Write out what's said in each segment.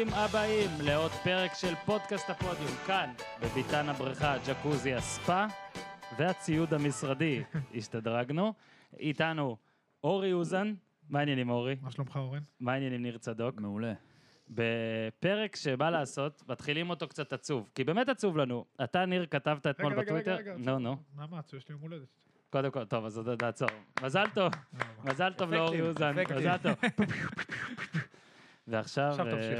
ברוכים הבאים לעוד פרק של פודקאסט הפודיום, כאן בביתן הבריכה, ג'קוזי הספה והציוד המשרדי. השתדרגנו. איתנו אורי אוזן. מה העניינים אורי? מה שלומך אורן? מה העניינים ניר צדוק? מעולה. בפרק שבא לעשות, מתחילים אותו קצת עצוב, כי באמת עצוב לנו. אתה ניר כתבת אתמול בטוויטר. נו. מה עצוב? יש לי יום הולדת. קודם כל, טוב, אז עוד נעצור. מזל טוב. מזל טוב לאורי אוזן. מזל טוב. ועכשיו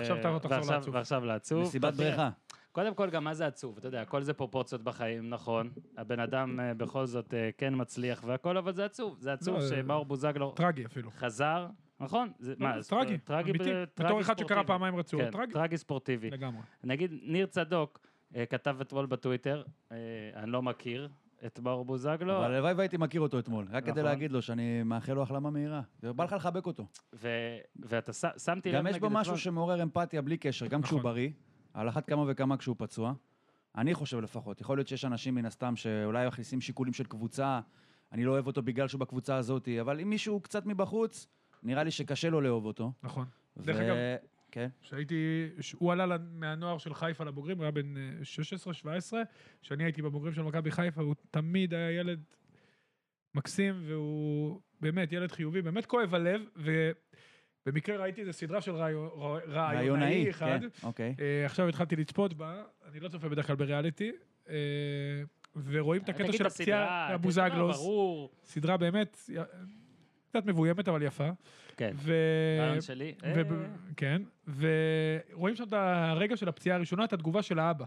לעצוב. מסיבת בריכה. קודם כל, גם מה זה עצוב? אתה יודע, הכל זה פרופורציות בחיים, נכון. הבן אדם בכל זאת כן מצליח והכל, אבל זה עצוב. זה עצוב שמאור בוזגלו טרגי אפילו. חזר, נכון? טרגי, אמיתי. בתור אחד שקרא פעמיים רצועות, טרגי. טרגי ספורטיבי. לגמרי. נגיד, ניר צדוק כתב אתמול בטוויטר, אני לא מכיר את מאור בוזגלו. אבל הלוואי והייתי מכיר אותו אתמול, רק כדי להגיד לו שאני מאחל לו החלמה מהירה. בא לך לחבק אותו. ואתה שמתי לב גם יש בו משהו שמעורר אמפתיה בלי קשר, גם כשהוא בריא, על אחת כמה וכמה כשהוא פצוע. אני חושב לפחות, יכול להיות שיש אנשים מן הסתם שאולי מכניסים שיקולים של קבוצה, אני לא אוהב אותו בגלל שהוא בקבוצה הזאת, אבל אם מישהו קצת מבחוץ, נראה לי שקשה לו לאהוב אותו. נכון. דרך אגב, כן. הוא עלה מהנוער של חיפה לבוגרים, הוא היה בן 16-17, כשאני הייתי בבוגרים של מכבי חיפה, הוא תמיד היה ילד מקסים, והוא באמת ילד חיובי, באמת כואב הלב, ובמקרה ראיתי איזו סדרה של רעיונאי אחד, עכשיו התחלתי לצפות בה, אני לא צופה בדרך כלל בריאליטי, ורואים את הקטע של הפציעה, בוזגלוס, סדרה באמת, קצת מבוימת אבל יפה. כן, רעיון שלי. כן, ורואים שם את הרגע של הפציעה הראשונה, את התגובה של האבא.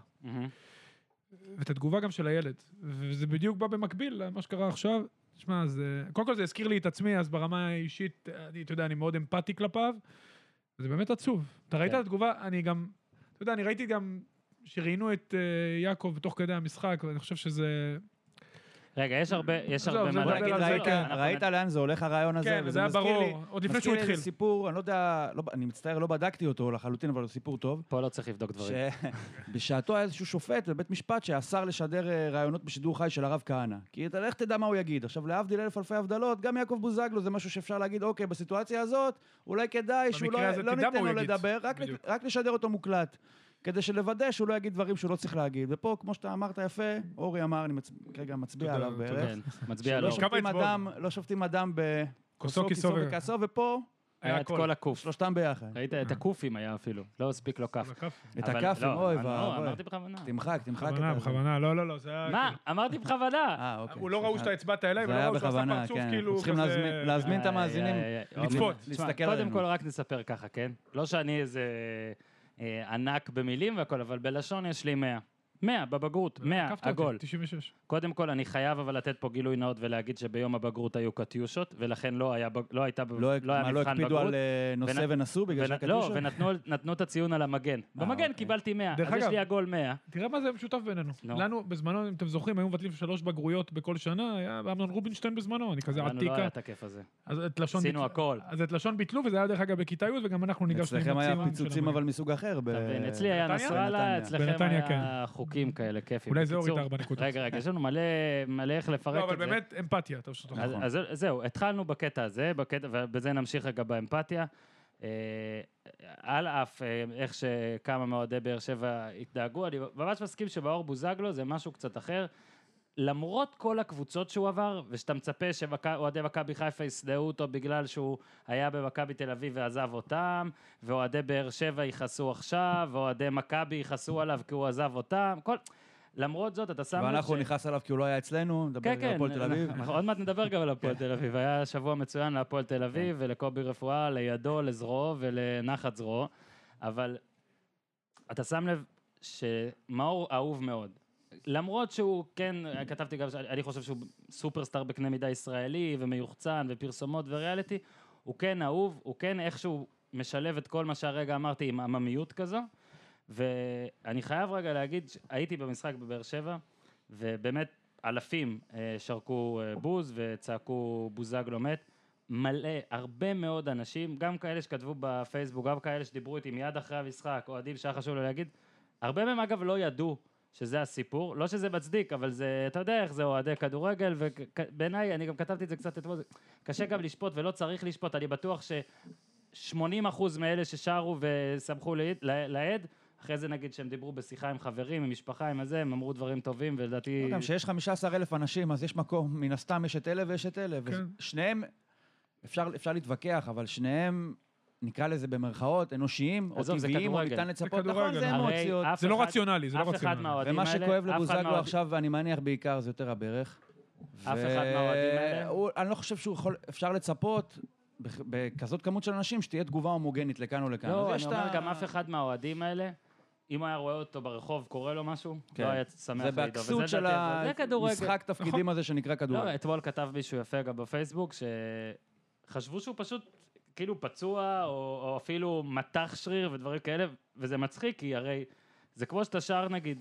ואת התגובה גם של הילד. וזה בדיוק בא במקביל למה שקרה עכשיו. תשמע, קודם כל זה הזכיר לי את עצמי, אז ברמה האישית, אתה יודע, אני מאוד אמפתי כלפיו. זה באמת עצוב. אתה ראית את התגובה? אני גם, אתה יודע, אני ראיתי גם שראיינו את יעקב בתוך כדי המשחק, ואני חושב שזה... רגע, יש הרבה מה להגיד, ראית לאן זה הולך הרעיון הזה? כן, זה היה ברור, עוד לפני שהוא התחיל. סיפור, אני לא יודע, אני מצטער, לא בדקתי אותו לחלוטין, אבל הוא סיפור טוב. פה לא צריך לבדוק דברים. בשעתו היה איזשהו שופט בבית משפט שאסר לשדר רעיונות בשידור חי של הרב כהנא. כי אתה לך תדע מה הוא יגיד. עכשיו, להבדיל אלף אלפי הבדלות, גם יעקב בוזגלו זה משהו שאפשר להגיד, אוקיי, בסיטואציה הזאת, אולי כדאי שהוא לא ניתן לו לדבר, רק לשדר אותו מוקלט. כדי שלוודא שהוא לא יגיד דברים שהוא לא צריך להגיד. ופה, כמו שאתה אמרת יפה, אורי אמר, אני כרגע מצביע עליו בערך. כן, מצביע עליו. לא שופטים אדם בכוסו כיסו וכסו, ופה... היה את כל הקוף. שלושתם ביחד. ראית את הקופים היה אפילו, לא הספיק לו כף. את הכפים, אוי אמרתי בכוונה. תמחק. בכוונה, לא, זה היה... מה? אמרתי בכוונה. הוא לא ראו שאתה הצבעת אליי, ולא ראו שהוא עשה פרצוף כאילו... צריכים להזמין את המאזינים. לצפות. קודם כל רק נספר ככה, כן? לא שאני איזה... ענק במילים והכל, אבל בלשון יש לי 100. 100 בבגרות, 100 עגול. 96. קודם כל אני חייב אבל לתת פה גילוי נאות ולהגיד שביום הבגרות היו קטיושות, ולכן לא היה מבחן בגרות. לא הקפידו על נושא ונסו בגלל שהקטיושות? לא, ונתנו את הציון על המגן. במגן קיבלתי 100, אז יש לי עגול 100. תראה מה זה משותף בינינו. לנו בזמנו, אם אתם זוכרים, היו מבטלים 3 בגרויות בכל שנה, היה אמנון רובינשטיין בזמנו, אני כזה עתיקה. לא היה את הכיף הזה. עשינו הכל. אז את לשון ביטלו, וזה היה דרך אגב בכיתה י' וגם אנחנו ניגשנו אצלכם היה פיצוצים אבל מסוג אחר. אצלי היה נסראללה, אצלכם היה חוקים כאלה כיפים. אולי זה הוריד 4 נקודות. רגע, יש לנו מלא איך לפרק את זה. לא, אבל באמת אמפתיה. אז זהו, התחלנו בקטע הזה, ובזה נמשיך רגע באמפתיה. על אף איך שכמה מאוהדי באר שבע התנהגו, אני ממש מסכים שמאור בוזגלו זה משהו קצת אחר. למרות כל הקבוצות שהוא עבר, ושאתה מצפה שאוהדי מכבי חיפה יסדעו אותו בגלל שהוא היה במכבי תל אביב ועזב אותם, ואוהדי באר שבע יכעסו עכשיו, ואוהדי מכבי יכעסו עליו כי הוא עזב אותם, למרות זאת, אתה שם... ואנחנו נכנס עליו כי הוא לא היה אצלנו, נדבר גם על הפועל תל אביב. עוד מעט נדבר גם על הפועל תל אביב, היה שבוע מצוין להפועל תל אביב, ולקובי רפואה, לידו, לזרועו ולנחת זרועו, אבל אתה שם לב שמאור אהוב מאוד. למרות שהוא, כן, כתבתי גם, אני חושב שהוא סופרסטאר בקנה מידה ישראלי, ומיוחצן, ופרסומות וריאליטי, הוא כן אהוב, הוא כן איכשהו משלב את כל מה שהרגע אמרתי עם עממיות כזו, ואני חייב רגע להגיד, הייתי במשחק בבאר שבע, ובאמת אלפים שרקו בוז וצעקו בוזגלו מת, מלא, הרבה מאוד אנשים, גם כאלה שכתבו בפייסבוק, גם כאלה שדיברו איתי מיד אחרי המשחק, אוהדים שהיה חשוב לו להגיד, הרבה מהם אגב לא ידעו שזה הסיפור, לא שזה מצדיק, אבל זה, אתה יודע איך זה אוהדי כדורגל, ובעיניי, אני גם כתבתי את זה קצת אתמול, קשה גם לשפוט ולא צריך לשפוט, אני בטוח 80% מאלה ששרו ושמחו לעד, אחרי זה נגיד שהם דיברו בשיחה עם חברים, עם משפחה, עם הזה, הם אמרו דברים טובים, ולדעתי... גם שיש 15,000 אנשים, אז יש מקום, מן הסתם יש את אלה ויש את אלה, ושניהם, אפשר להתווכח, אבל שניהם, נקרא לזה במרכאות, אנושיים, או טבעיים, או ניתן לצפות, נכון, זה אמוציות. זה לא רציונלי, זה לא רציונלי. ומה שכואב לבוזגלו עכשיו, ואני מניח בעיקר, זה יותר הברך. אף אחד מהאוהדים האלה? אני לא חושב אפשר לצפות, בכזאת כמות של אנשים, שתהיה תגובה הומוגנית לכאן או לכאן. לא, אני אומר, גם אף אחד מהאוהדים האלה, אם היה רואה אותו ברחוב, קורא לו משהו, לא היה שמח לידו. זה בכסות של המשחק תפקידים הזה שנקרא כדורגל. לא, אתמול כתב מישהו יפה גם בפייסבוק, שחשבו שהוא פשוט כאילו פצוע, או אפילו מתח שריר ודברים כאלה, וזה מצחיק, כי הרי זה כמו שאתה שר, נגיד,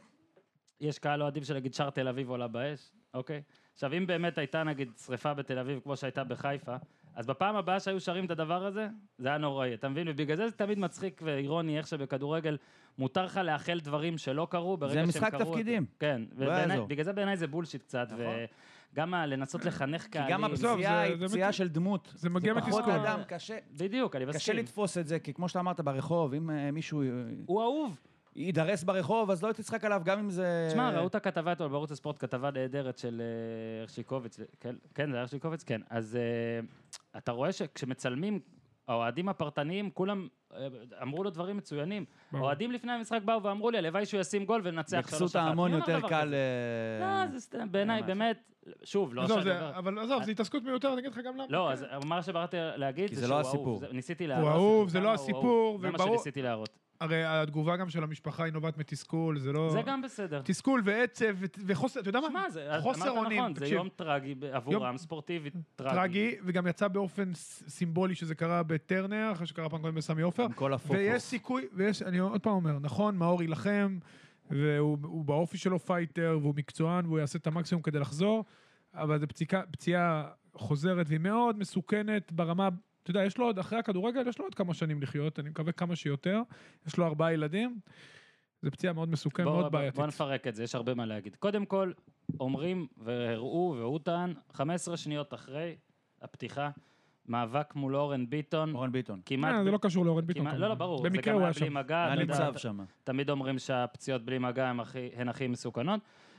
יש קהל אוהדים שנגיד שר תל אביב עולה באש, אוקיי? עכשיו, אם באמת הייתה נגיד שריפה בתל אביב כמו שהייתה בחיפה, אז בפעם הבאה שהיו שרים את הדבר הזה, זה היה נוראי, אתה מבין? ובגלל זה תמיד מצחיק ואירוני, איך שבכדורגל מותר לך לאחל דברים שלא קרו ברגע שהם קרו. זה משחק תפקידים. כן, ובגלל זה בעיניי זה בולשיט קצת, וגם לנסות לחנך קהלים. כי גם הפציעה היא פציעה של דמות. זה מגיע מתסכול. פחות אדם, קשה. בדיוק, אני מסכים. קשה לתפוס את זה, כי כמו שאתה אמרת ברחוב, אם מישהו... הוא אהוב. יידרס ברחוב, אז לא תצחק עליו, גם אם זה... תשמע, ראו את הכתבה אתמול בערוץ הספורט, כתבה נהדרת של הרשיקוביץ, כן, זה הרשיקוביץ, כן. אז אתה רואה שכשמצלמים, האוהדים הפרטניים, כולם אמרו לו דברים מצוינים. האוהדים לפני המשחק באו ואמרו לי, הלוואי שהוא ישים גול וננצח 3-1. בכסות ההמון יותר קל... לא, זה בעיניי, באמת, שוב, לא שהדבר... אבל עזוב, זה התעסקות מיותר, אני אגיד לך גם למה. לא, אז מה שבאתי להגיד זה שהוא אהוב. ניסיתי להראות. הוא אהוב, זה לא הסיפור. זה מה שניסיתי להראות. הרי התגובה גם של המשפחה היא נובעת מתסכול, זה לא... זה גם בסדר. תסכול ועצב וחוסר, אתה יודע מה? שמע, חוסר אונים. זה יום טרגי עבורם, ספורטיבי טרגי. טרגי, וגם יצא באופן סימבולי שזה קרה בטרנר, אחרי שקרה פעם קודם בסמי עופר. ויש סיכוי, אני עוד פעם אומר, נכון, מאור ילחם, והוא באופי שלו פייטר, והוא מקצוען, והוא יעשה את המקסימום כדי לחזור, אבל זו פציעה חוזרת, והיא מאוד מסוכנת ברמה... אתה יודע, יש לו עוד, אחרי הכדורגל, יש לו עוד כמה שנים לחיות, אני מקווה כמה שיותר, יש לו 4 ילדים, זו פציעה מאוד מסוכנת, מאוד בעייתית. בוא נפרק את זה, יש הרבה מה להגיד. קודם כל, אומרים והראו והוא טען, 15 שניות אחרי הפתיחה, מאבק מול אורן ביטון. אורן ביטון. זה לא קשור לאורן ביטון. לא, ברור. במקרה הוא היה בלי מגע. היה ניצב שם. תמיד אומרים שהפציעות בלי מגע הן הכי מסוכנות.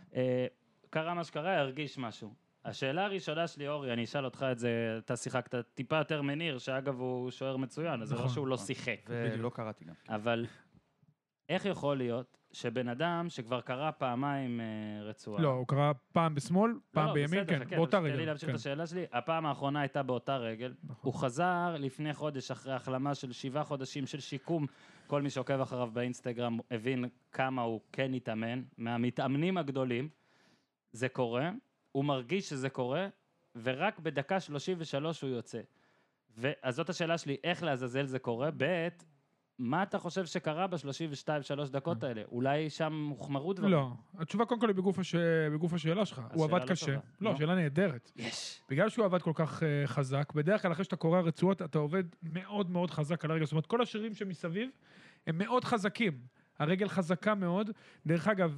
קרה מה שקרה, הרגיש משהו. השאלה הראשונה שלי, אורי, אני אשאל אותך את זה, אתה שיחקת טיפה יותר מניר, שאגב הוא שוער מצוין, אז זה לא שהוא לא שיחק. ולא קראתי גם. אבל איך יכול להיות שבן אדם שכבר קרא פעמיים רצועה... לא, הוא קרא פעם בשמאל, פעם בימין, כן, באותה רגל. תן לי להמשיך את השאלה שלי, הפעם האחרונה הייתה באותה רגל, הוא חזר לפני חודש אחרי החלמה של 7 חודשים של שיקום, כל מי שעוקב אחריו באינסטגרם הבין כמה הוא כן התאמן, מהמתאמנים הגדולים, זה קורה, הוא מרגיש שזה קורה, ורק בדקה 33 הוא יוצא. אז זאת השאלה שלי, איך לעזאזל זה קורה? מה אתה חושב שקרה ב-32-3 דקות האלה? אולי שם הוחמרו דברים? לא, התשובה קודם כל היא בגוף השאלה שלך. הוא עבד קשה. לא, שאלה נהדרת. בגלל שהוא עבד כל כך חזק, בדרך כלל אחרי שאתה קורא רצועות, אתה עובד מאוד מאוד חזק על הרגל. זאת אומרת, כל השרירים שמסביב הם מאוד חזקים. הרגל חזקה מאוד. דרך אגב,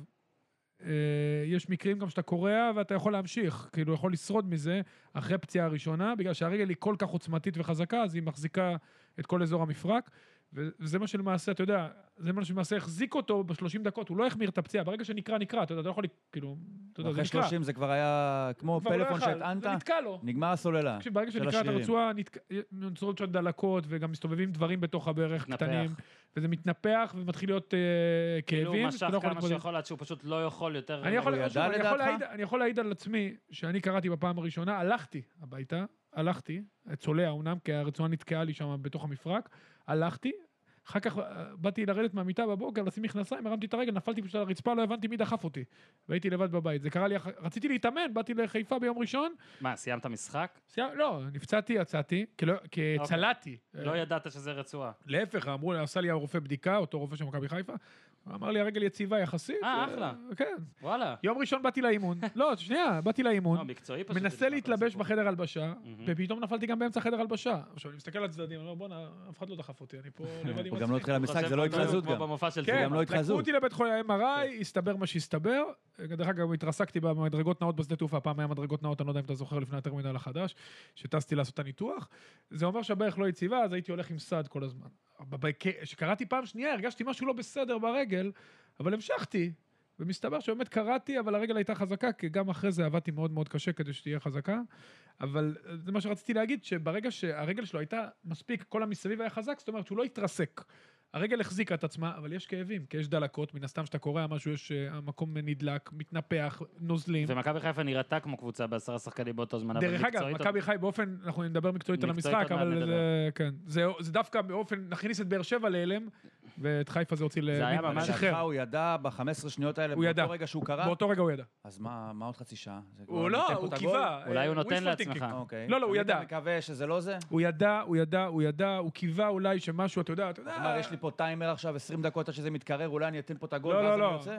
יש מקרים גם שאתה קורא ואתה יכול להמשיך, כאילו יכול לשרוד מזה אחרי פציעה הראשונה, בגלל שהרגל היא כל כך עוצמתית וחזקה, אז היא מחזיקה את כל אזור המפרק, וזה מה שלמעשה, אתה יודע, זה מה שלמעשה החזיק אותו ב-30 דקות, הוא לא החמיר את הפציעה, ברגע שנקרא, אתה יודע, אתה לא יכול, כאילו, אתה יודע, זה נקרא. אחרי 30 זה כבר היה כמו פלאפון שהטענת, זה נתקע לו. נגמר הסוללה. ברגע שנקרא את הרצועה, נוצרות שם דלקות, וגם מסתובבים דברים בתוך הברך קטנים, וזה מתנפח ומתחיל להיות כאבים. כאילו משך כמה שיכול עד שהוא פשוט לא יכול יותר... אני יכול להעיד על עצמי, שאני קראתי בפעם הראשונה, הלכתי, צולע אומנם, כי הרצועה נתקעה לי שם בתוך המפרק, הלכתי, אחר כך באתי לרדת מהמיטה בבוקר, לשים מכנסיים, הרמתי את הרגל, נפלתי פשוט על הרצפה, לא הבנתי מי דחף אותי, והייתי לבד בבית. זה קרה לי, רציתי להתאמן, באתי לחיפה ביום ראשון. מה, סיימת משחק? לא, נפצעתי, יצאתי, כי צלעתי. לא ידעת שזה רצועה. להפך, אמרו, עשה לי הרופא בדיקה, אותו רופא של מכבי חיפה, הוא אמר לי, הרגל יציבה יחסית. אחלה. כן. וואלה. יום ראשון באתי לאימון. לא, שנייה, באתי לאימון. מקצועי פשוט. מנסה להתלבש בחדר הלבשה, ופתאום נפלתי גם באמצע חדר הלבשה. עכשיו, אני מסתכל על הצדדים, אני אומר, בוא'נה, אף אחד לא דחף אותי, אני פה לבד עם הוא גם לא התחיל המשחק, זה לא התחזות גם. כן, לא התחזות. לקחו אותי לבית חולים ה-MRI, הסתבר מה שהסתבר. דרך אגב, התרסקתי במדרגות נאות בשדה תעופה, פעם היה מדרגות נאות, אני לא יודע אם אתה זוכר לפני הטרמינל החדש, שטסתי לעשות את הניתוח. זה אומר שהברך לא יציבה, אז הייתי הולך עם סד כל הזמן. כשקראתי פעם שנייה, הרגשתי משהו לא בסדר ברגל, אבל המשכתי, ומסתבר שבאמת קראתי, אבל הרגל הייתה חזקה, כי גם אחרי זה עבדתי מאוד מאוד קשה כדי שתהיה חזקה, אבל זה מה שרציתי להגיד, שברגע שהרגל שלו הייתה מספיק, כל המסביב היה חזק, זאת אומרת שהוא לא התרסק. הרגל החזיקה את עצמה, אבל יש כאבים, כי יש דלקות, מן הסתם שאתה קורא משהו, יש המקום נדלק, מתנפח, נוזלים. ומכבי חיפה נראתה כמו קבוצה ב10 שחקנים באותו זמן, דרך אגב, מכבי חיפה באופן, אנחנו נדבר מקצועית על המשחק, אבל זה דווקא באופן, נכניס את באר שבע להלם, ואת חיפה זה הוציא לשחרר. הוא ידע ב-15 שניות האלה, באותו רגע שהוא קרא? באותו רגע הוא ידע. אז מה עוד חצי שעה? הוא לא, הוא קיווה. אולי הוא נותן לעצמך. לא, הוא ידע. אתה מקווה שזה לא זה? הוא ידע, הוא קיווה אולי שמשהו, אתה יודע. כלומר, יש לי פה טיימר עכשיו 20 דקות עד שזה מתקרר, אולי אני אתן פה את הגול ואז אני יוצא?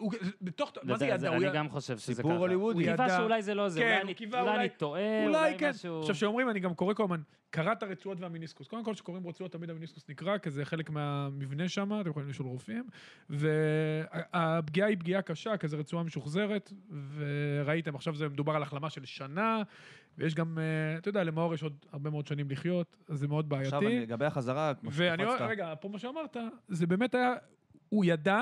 מה זה ידע? אני גם חושב שזה ככה. סיפור הוליוודי. הוא קיווה שאולי זה לא זה, אולי אני טועה, אולי משהו... עכשיו שאומרים, אני גם קורא כל הזמן, קראת הרצועות והמיניסקוס. קודם כל שקוראים רצועות, תמיד המיניסקוס נקרא, כי זה חלק מהמבנה שם, אתם יכולים לשאול רופאים, והפגיעה היא פגיעה קשה, כי זו רצועה משוחזרת, וראיתם, עכשיו זה מדובר על החלמה של שנה, ויש גם, אתה יודע, למאור יש עוד הרבה מאוד שנים לחיות, אז זה מאוד בעייתי. עכשיו, לגבי החזרה, כמו שקפצת. רגע, פה מה שאמרת, זה באמת היה, הוא ידע,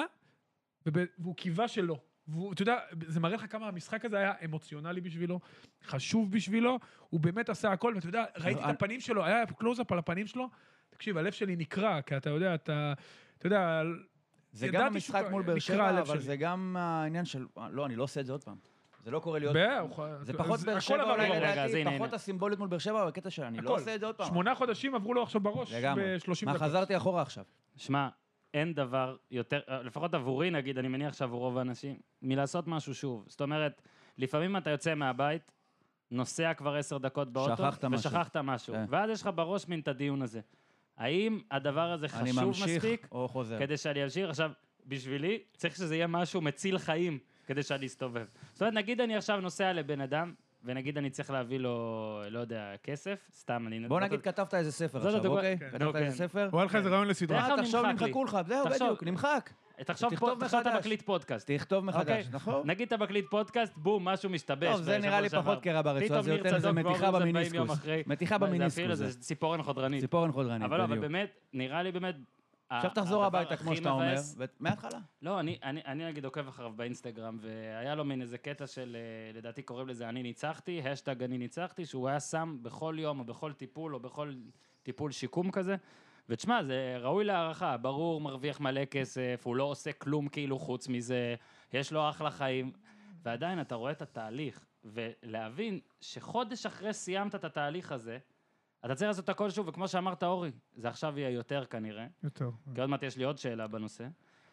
והוא קיווה שלא. ואתה יודע, זה מראה לך כמה המשחק הזה היה אמוציונלי בשבילו, חשוב בשבילו, הוא באמת עשה הכל, ואתה יודע, ראיתי את הפנים שלו, היה קלוז-אפ על הפנים שלו, תקשיב, הלב שלי נקרע, כי אתה יודע, אתה יודע, זה גם המשחק מול באר שבע, אבל זה גם העניין של, לא, אני לא עושה את זה עוד פעם. זה לא קורה לי עוד פעם. זה פחות באר שבע, אולי לדעתי, פחות הסימבולית מול באר שבע, בקטע שלה, אני לא עושה את זה עוד פעם. 8 חודשים עברו לו עכשיו בראש ב-30 דקות. מה, חזרתי אחורה עכשיו? שמע, אין דבר יותר, לפחות עבורי נגיד, אני מניח שעבור רוב האנשים, מלעשות משהו שוב. זאת אומרת, לפעמים אתה יוצא מהבית, נוסע כבר 10 דקות באוטו, ושכחת משהו. ואז יש לך בראש מין את הדיון הזה. האם הדבר הזה חשוב מספיק, כדי שאני אמשיך? עכשיו, בשבילי, צריך שזה יהיה משהו מציל חיים, כדי שאני אסתובב. זאת אומרת, נגיד אני עכשיו נוסע לבן אדם, ונגיד אני צריך להביא לו, לא יודע, כסף, סתם אני... בוא נגיד כתבת איזה ספר עכשיו, אוקיי? כתבת איזה ספר? הוא היה לך איזה רעיון לסדרה. תחשוב, נמחקו לך, זהו, בדיוק, נמחק. תחשוב אתה מקליט פודקאסט. תכתוב מחדש, נכון? נגיד אתה מקליט פודקאסט, בום, משהו משתבש. טוב, זה נראה לי פחות קרה ברצועה, זה יותר איזה מתיחה במיניסקוס. מתיחה במיניסקוס. זה ציפורן חודרנית. ציפורן חודרנית, בדיוק. אבל באמת, נראה לי באמת... עכשיו תחזור הביתה, כמו שאתה אומר, מההתחלה. לא, אני נגיד עוקב אחריו באינסטגרם, והיה לו מין איזה קטע של, לדעתי קוראים לזה אני ניצחתי, השטג אני ניצחתי, שהוא היה שם בכל יום, או בכל טיפול, או בכל טיפול שיקום כזה, ותשמע, זה ראוי להערכה, ברור, מרוויח מלא כסף, הוא לא עושה כלום כאילו חוץ מזה, יש לו אחלה חיים, ועדיין אתה רואה את התהליך, ולהבין שחודש אחרי סיימת את התהליך הזה, אתה צריך לעשות את הכל שוב, וכמו שאמרת אורי, זה עכשיו יהיה יותר כנראה. יותר. כי עוד מעט יש לי עוד שאלה בנושא.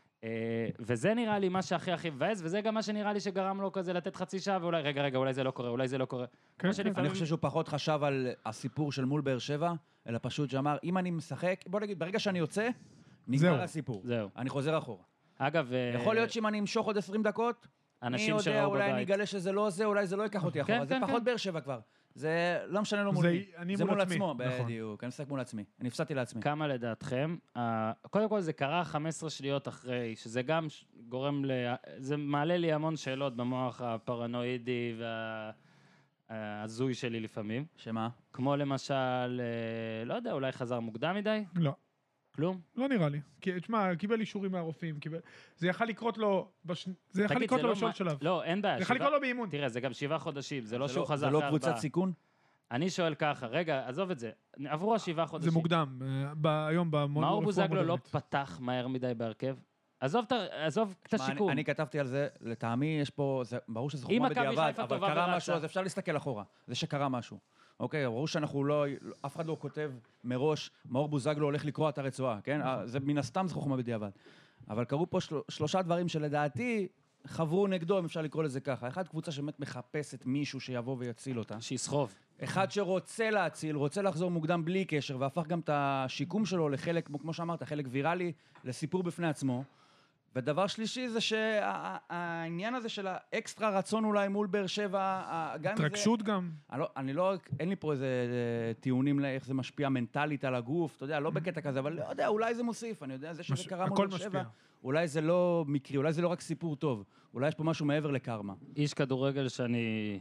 וזה נראה לי מה שהכי מבאס, וזה גם מה שנראה לי שגרם לו כזה לתת חצי שעה, ואולי, רגע, אולי זה לא קורה, אולי זה לא קורה. אני חושב שהוא פחות חשב על הסיפור של מול באר שבע, אלא פשוט שאמר, אם אני משחק, בוא נגיד, ברגע שאני יוצא, נגמר הסיפור. זהו. אני חוזר אחורה. אגב... יכול להיות שאם אני אמשוך עוד 20 דקות, אני יודע, אולי אני אגלה שזה לא זה, אולי זה לא ייקח אותי אחורה. זה פחות באר שבע כבר. זה לא משנה לו מולי. זה מול עצמו, בדיוק. אני משחק מול עצמי. אני הפסדתי לעצמי. כמה לדעתכם? קודם כל זה קרה 15 שניות אחרי, שזה גם גורם זה מעלה לי המון שאלות במוח הפרנואידי והזוי שלי לפעמים. שמה? כמו למשל, לא יודע, אולי חזר מוקדם מדי? לא. כלום? לא נראה לי. תשמע, קיבל אישורים מהרופאים, זה יכל לקרות לו, זה יכל לקרות לו בשול שלב. לא, אין בעיה. זה יכל לקרות לו באימון. תראה, זה גם 7 חודשים, זה לא שהוא חזר זה לא קבוצת סיכון? אני שואל ככה, רגע, עזוב את זה, עברו 7 חודשים. זה מוקדם, היום במון... מאור בוזגלו לא פתח מהר מדי בהרכב? עזוב את השיקום. אני כתבתי על זה, לטעמי יש פה, ברור שזה חוכמה בדיעבד, אבל קרה משהו, אז אפשר להסתכל אחורה. זה שקרה משהו. אוקיי, ברור שאנחנו לא, אף אחד לא כותב מראש, מאור בוזגלו הולך לקרוע את הרצועה, כן? זה מן הסתם זה חוכמה בדיעבד. אבל קרו פה 3 דברים שלדעתי חברו נגדו, אם אפשר לקרוא לזה ככה. אחד, קבוצה שבאמת מחפשת מישהו שיבוא ויציל אותה. שיסחוב. אחד שרוצה להציל, רוצה לחזור מוקדם בלי קשר, והפך גם את השיקום שלו לחלק, כמו שאמרת, חלק ויראלי, לסיפור בפני עצמו. ודבר שלישי זה שהעניין הזה של האקסטרה רצון אולי מול באר שבע, גם זה... התרגשות גם. אין לי פה איזה טיעונים לאיך זה משפיע מנטלית על הגוף, אתה יודע, לא בקטע כזה, אבל לא יודע, אולי זה מוסיף, אני יודע, זה שזה קרה מול באר שבע, אולי זה לא מקרי, אולי זה לא רק סיפור טוב, אולי יש פה משהו מעבר לקרמה. איש כדורגל שאני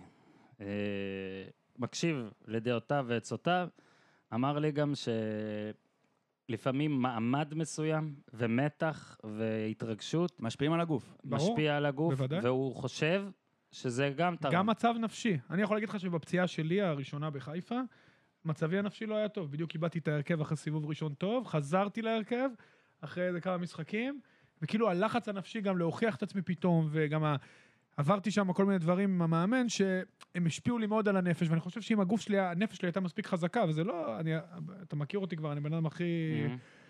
מקשיב לדעותיו ועצותיו, אמר לי גם לפעמים מעמד מסוים ומתח והתרגשות משפיעים על הגוף. משפיע על הגוף, בוודאי. והוא חושב שזה גם תרם. גם מצב נפשי. אני יכול להגיד לך שבפציעה שלי הראשונה בחיפה, מצבי הנפשי לא היה טוב. בדיוק קיבלתי את ההרכב אחרי סיבוב ראשון טוב, חזרתי להרכב אחרי איזה כמה משחקים, וכאילו הלחץ הנפשי גם להוכיח את עצמי פתאום, וגם עברתי שם כל מיני דברים עם המאמן, שהם השפיעו לי מאוד על הנפש, ואני חושב שאם הגוף שלי, הנפש שלי הייתה מספיק חזקה, וזה לא, אתה מכיר אותי כבר, אני בן אדם הכי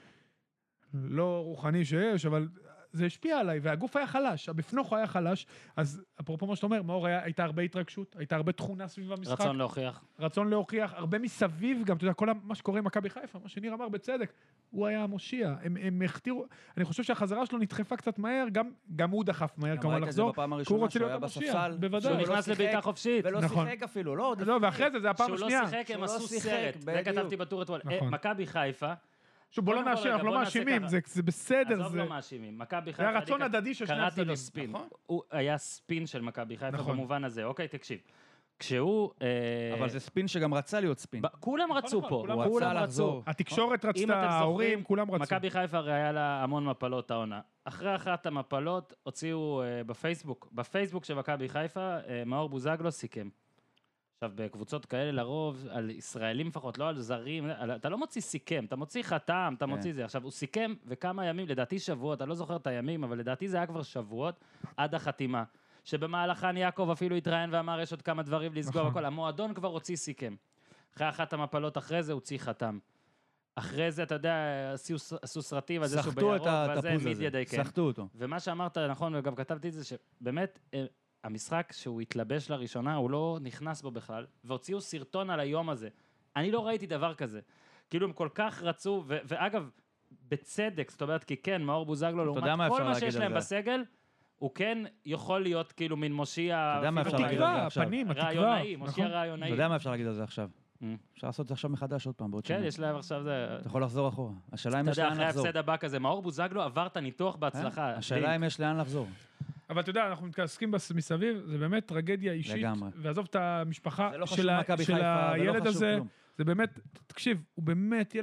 לא רוחני שיש, אבל זה השפיע עליי, והגוף היה חלש, הבפנוך היה חלש, אז אפרופו מה שאתה אומר, מאור הייתה הרבה התרגשות, הייתה הרבה תכונה סביב המשחק. רצון להוכיח, הרבה מסביב, גם אתה יודע, כל מה שקורה עם מכבי חיפה, מה שניר אמר בצדק, הוא היה המושיע, הם הכתירו, אני חושב שהחזרה שלו נדחפה קצת מהר, גם הוא דחף מהר כמובן לחזור, כי הוא רוצה להיות המושיע, בוודאי. שהוא נכנס לבעיטה חופשית. ולא שיחק אפילו, לא? ואחרי זה הפעם השנייה. שהוא לא שיחק, הם עשו סרט, זה כתבתי בטור אתמול. מכבי חיפה, בוא לא נאשר, אנחנו לא מאשימים, זה בסדר. עזוב לא מאשימים. מכבי חיפה... זה הרצון הדדי של שני הצדדים. קראתי לו ספין. הוא היה ספין של מכבי חיפה במובן הזה. אוקיי, תקשיב. כשהוא... אבל זה ספין שגם רצה להיות ספין. כולם רצו פה. הוא רצה לחזור. התקשורת רצתה, ההורים, כולם רצו. מכבי חיפה הרי היה לה המון מפלות העונה. אחרי אחת המפלות הוציאו בפייסבוק של מכבי חיפה, מאור בוזגלו סיכם. עכשיו, בקבוצות כאלה לרוב, על ישראלים לפחות, לא על זרים, אתה לא מוציא סיכם, אתה מוציא חתם, אתה מוציא זה. עכשיו, הוא סיכם וכמה ימים, לדעתי שבועות, אני לא זוכר את הימים, אבל לדעתי זה היה כבר שבועות עד החתימה. שבמהלכן יעקב אפילו התראיין ואמר, יש עוד כמה דברים לסגור הכל. המועדון כבר הוציא סיכם. אחרי אחת המפלות אחרי זה, הוציא חתם. אחרי זה, אתה יודע, עשו סרטים על זה שהוא בירוק, וזה העמיד ידי כן. סחטו אותו. ומה שאמרת, נכון, וגם כתבתי את זה, שבאמת... המשחק שהוא התלבש לראשונה, הוא לא נכנס בו בכלל, והוציאו סרטון על היום הזה. אני לא ראיתי דבר כזה. כאילו הם כל כך רצו, ואגב, בצדק, זאת אומרת, כי כן, מאור בוזגלו, לעומת כל מה שיש להם בסגל, הוא כן יכול להיות כאילו מין מושיע... אתה יודע מה אפשר להגיד על זה עכשיו? רעיונאי, מושיע רעיונאי. אתה יודע מה אפשר להגיד על זה עכשיו? אפשר לעשות את זה עכשיו מחדש עוד פעם, בעוד שנה. כן, יש להם עכשיו זה... אתה יכול לחזור אחורה. השאלה אם יש לאן לחזור. אתה יודע, אחרי ההפסד הבא כזה, מאור בוזגלו עבר את הניתוח בהצלחה. השאלה אם יש לאן לחזור. אבל אתה יודע, אנחנו מתעסקים מסביב, זה באמת טרגדיה אישית, ועזוב את המשפחה של הילד הזה, זה באמת, תקשיב, הוא באמת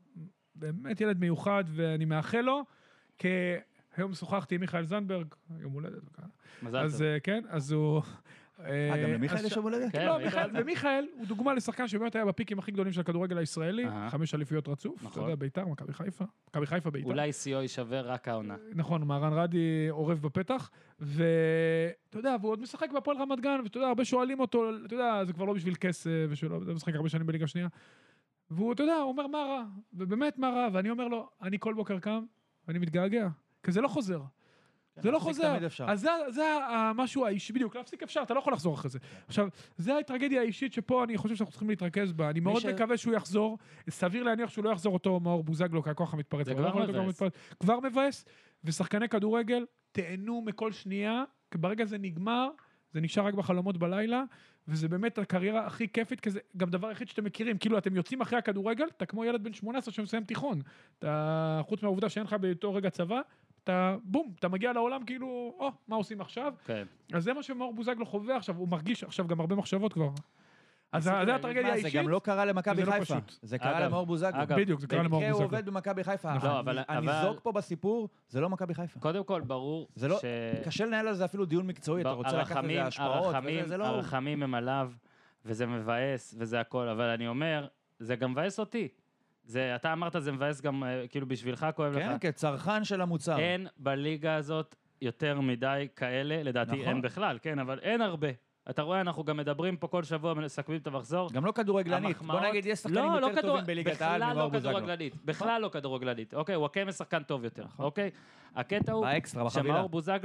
ילד מיוחד, ואני מאחל לו, כי היום שוחחתי עם מיכאל זנדברג, יום הולדת וכאלה. מזל טוב. כן, אז הוא... גם למיכאל יש יום הולדת? לא, ומיכאל הוא דוגמה לשחקן שבאמת היה בפיקים הכי גדולים של הכדורגל הישראלי, 5 אליפויות רצוף, אתה יודע, ביתר, מכבי חיפה ביתר. אולי סיוע יישבר רק העונה. נכון, מהרן רדי עורב בפתח, ואתה יודע, והוא עוד משחק בהפועל רמת גן, ואתה יודע, הרבה שואלים אותו, אתה יודע, זה כבר לא בשביל כסף, הוא משחק הרבה שנים בליגה שנייה, והוא, אתה יודע, הוא אומר מה רע, ובאמת מה רע, ואני אומר לו, אני כל בוקר קם, ואני מתגעגע, כי זה לא חוזר. זה לא חוזר, אז זה המשהו האישי, בדיוק, להפסיק אפשר, אתה לא יכול לחזור אחרי זה. עכשיו, זה הטרגדיה האישית שפה אני חושב שאנחנו צריכים להתרכז בה, אני מאוד מקווה שהוא יחזור, סביר להניח שהוא לא יחזור אותו מאור בוזגלו, ככוח המתפרץ. זה כבר מבאס. כבר מבאס, ושחקני כדורגל תהנו מכל שנייה, כי ברגע זה נגמר, זה נשאר רק בחלומות בלילה, וזה באמת הקריירה הכי כיפית, כי זה גם דבר היחיד שאתם מכירים, כאילו אתם יוצאים אחרי הכדורגל, אתה כמו ילד בן 18 שמסיים תיכון, חוץ מהעובדה שאין לך באותו רגע צבא, אתה בום, אתה מגיע לעולם כאילו, מה עושים עכשיו? כן. אז זה מה שמאור בוזגלו חווה עכשיו, הוא מרגיש עכשיו גם הרבה מחשבות כבר. אז זה הטרגדיה האישית. זה גם לא קרה למכבי חיפה. זה קרה למאור בוזגלו. בדיוק, זה קרה למאור בוזגלו. במקרה הוא עובד במכבי חיפה. הניזוק פה בסיפור, זה לא מכבי חיפה. קודם כל, ברור קשה לנהל על זה אפילו דיון מקצועי, אתה רוצה לקחת את זה השפעות, וזה לא... הרחמים הם עליו, וזה מבאס, וזה הכל, אבל אני אומר, זה גם מבאס אותי. אתה אמרת, זה מבאס גם, כאילו בשבילך כואב לך. כן, כצרכן של המוצר. אין בליגה הזאת יותר מדי כאלה, לדעתי אין בכלל, כן, אבל אין הרבה. אתה רואה, אנחנו גם מדברים פה כל שבוע, מסכמים את המחזור. גם לא כדורגלנית. בוא נגיד, יש שחקנים יותר טובים בליגת העל ממאור בוזגלו. בכלל לא כדורגלנית. אוקיי, הוא הקם שחקן טוב יותר. אוקיי? הקטע הוא שמאור בוזגלו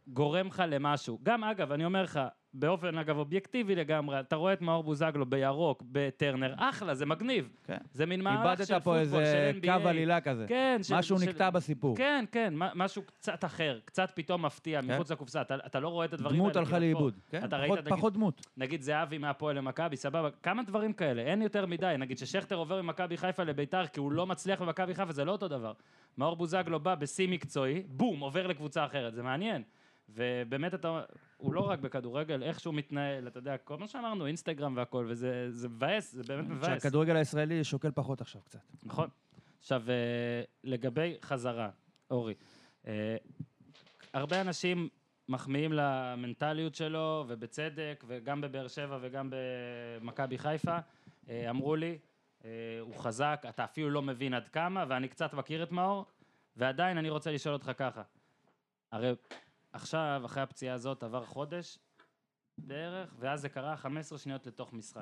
גורם לך למשהו. גם, אגב, אני אומר לך, באופן, אגב, אובייקטיבי לגמרי, אתה רואה את מאור בוזגלו בירוק, בטרנר, אחלה, זה מגניב. כן. זה מין מהלך של איבדת פה פוטבול, איזה של NBA. קו עלילה כזה. כן. משהו נקטע בסיפור. כן, כן, משהו קצת אחר, קצת פתאום מפתיע, מחוץ לקופסה. אתה לא רואה את הדברים האלה. דמות הלכה לאיבוד. פחות דמות. נגיד זהבי מהפועל למכבי, סבבה, כמה דברים כאלה, אין יותר מדי. נגיד ששכטר עובר ממכבי חיפה לביתר, כי הוא לא מצליח במכבי חיפה, זה לא אותו דבר. מאור בוזגלו בא בשיא מקצועי, בום, עובר לקבוצה אחרת, זה מעניין. ובאמת הוא לא רק בכדורגל, איך שהוא מתנהל, אתה יודע, כל מה שאמרנו, אינסטגרם והכל, וזה מבאס, זה באמת מבאס. שהכדורגל הישראלי שוקל פחות עכשיו קצת. נכון. עכשיו, לגבי חזרה, אורי, הרבה אנשים מחמיאים למנטליות שלו, ובצדק, וגם בבאר שבע וגם במכבי חיפה, אמרו לי, הוא חזק, אתה אפילו לא מבין עד כמה, ואני קצת מכיר את מאור, ועדיין אני רוצה לשאול אותך ככה. הרי עכשיו, אחרי הפציעה הזאת, עבר חודש בערך, ואז זה קרה 15 שניות לתוך משחק.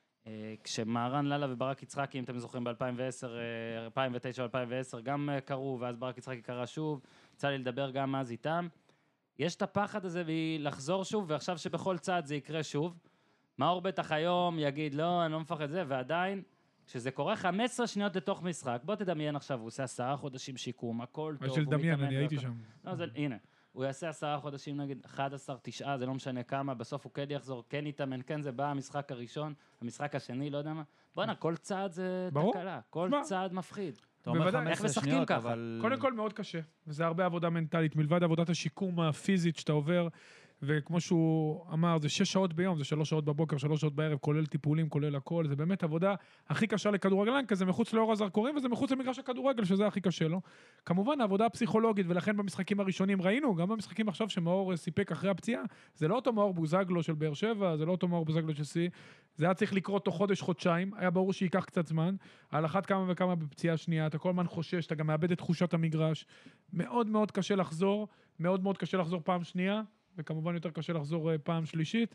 כשמהרן ללה וברק יצחקי, אם אתם זוכרים, ב-2010, 2009-2010, גם קרו, ואז ברק יצחקי קרה שוב, יצא לי לדבר גם אז איתם. יש את הפחד הזה לחזור שוב, ועכשיו שבכל צעד זה יקרה שוב. מאור בטח היום יגיד, לא, אני לא מפחד את זה, ועדיין, כשזה קורה 15 שניות לתוך משחק, בוא תדמיין עכשיו, הוא עושה 10 חודשים שיקום, הכל טוב. מה של דמיין, אני הייתי שם. לא, הנה. הוא יעשה 10 חודשים, נגיד 11, 9, זה לא משנה כמה, בסוף הוא כן יחזור, כן יתאמן, כן זה בא המשחק הראשון, המשחק השני, לא יודע מה. בוא'נה, כל צעד זה תקלה, כל צעד מפחיד. אתה אומר 15 שניות, אבל... קודם כל מאוד קשה, וזה הרבה עבודה מנטלית, מלבד עבודת השיקום הפיזית שאתה עובר, וכמו שהוא אמר, זה 6 שעות ביום, זה 3 שעות בבוקר, 3 שעות בערב, כולל טיפולים, כולל הכל, זה באמת עבודה הכי קשה לכדורגלן, כי זה מחוץ לאור הזרקורים, וזה מחוץ למגרש הכדורגל, שזה הכי קשה לו. כמובן, העבודה הפסיכולוגית, ולכן במשחקים הראשונים ראינו, גם במשחקים עכשיו שמאור סיפק אחרי הפציעה, זה לא אותו מאור בוזגלו של באר שבע, זה לא אותו מאור בוזגלו של סי, זה היה צריך לקרות תוך חודש, חודשיים, היה ברור שייקח קצת זמן, על אחת כמה וכמה בפציעה שנייה, אתה כל הזמן חושש, אתה גם מאבד את תחושת המגרש, מאוד מאוד קשה לחזור, מאוד מאוד קשה לחזור פעם שנייה, וכמובן יותר קשה לחזור פעם שלישית,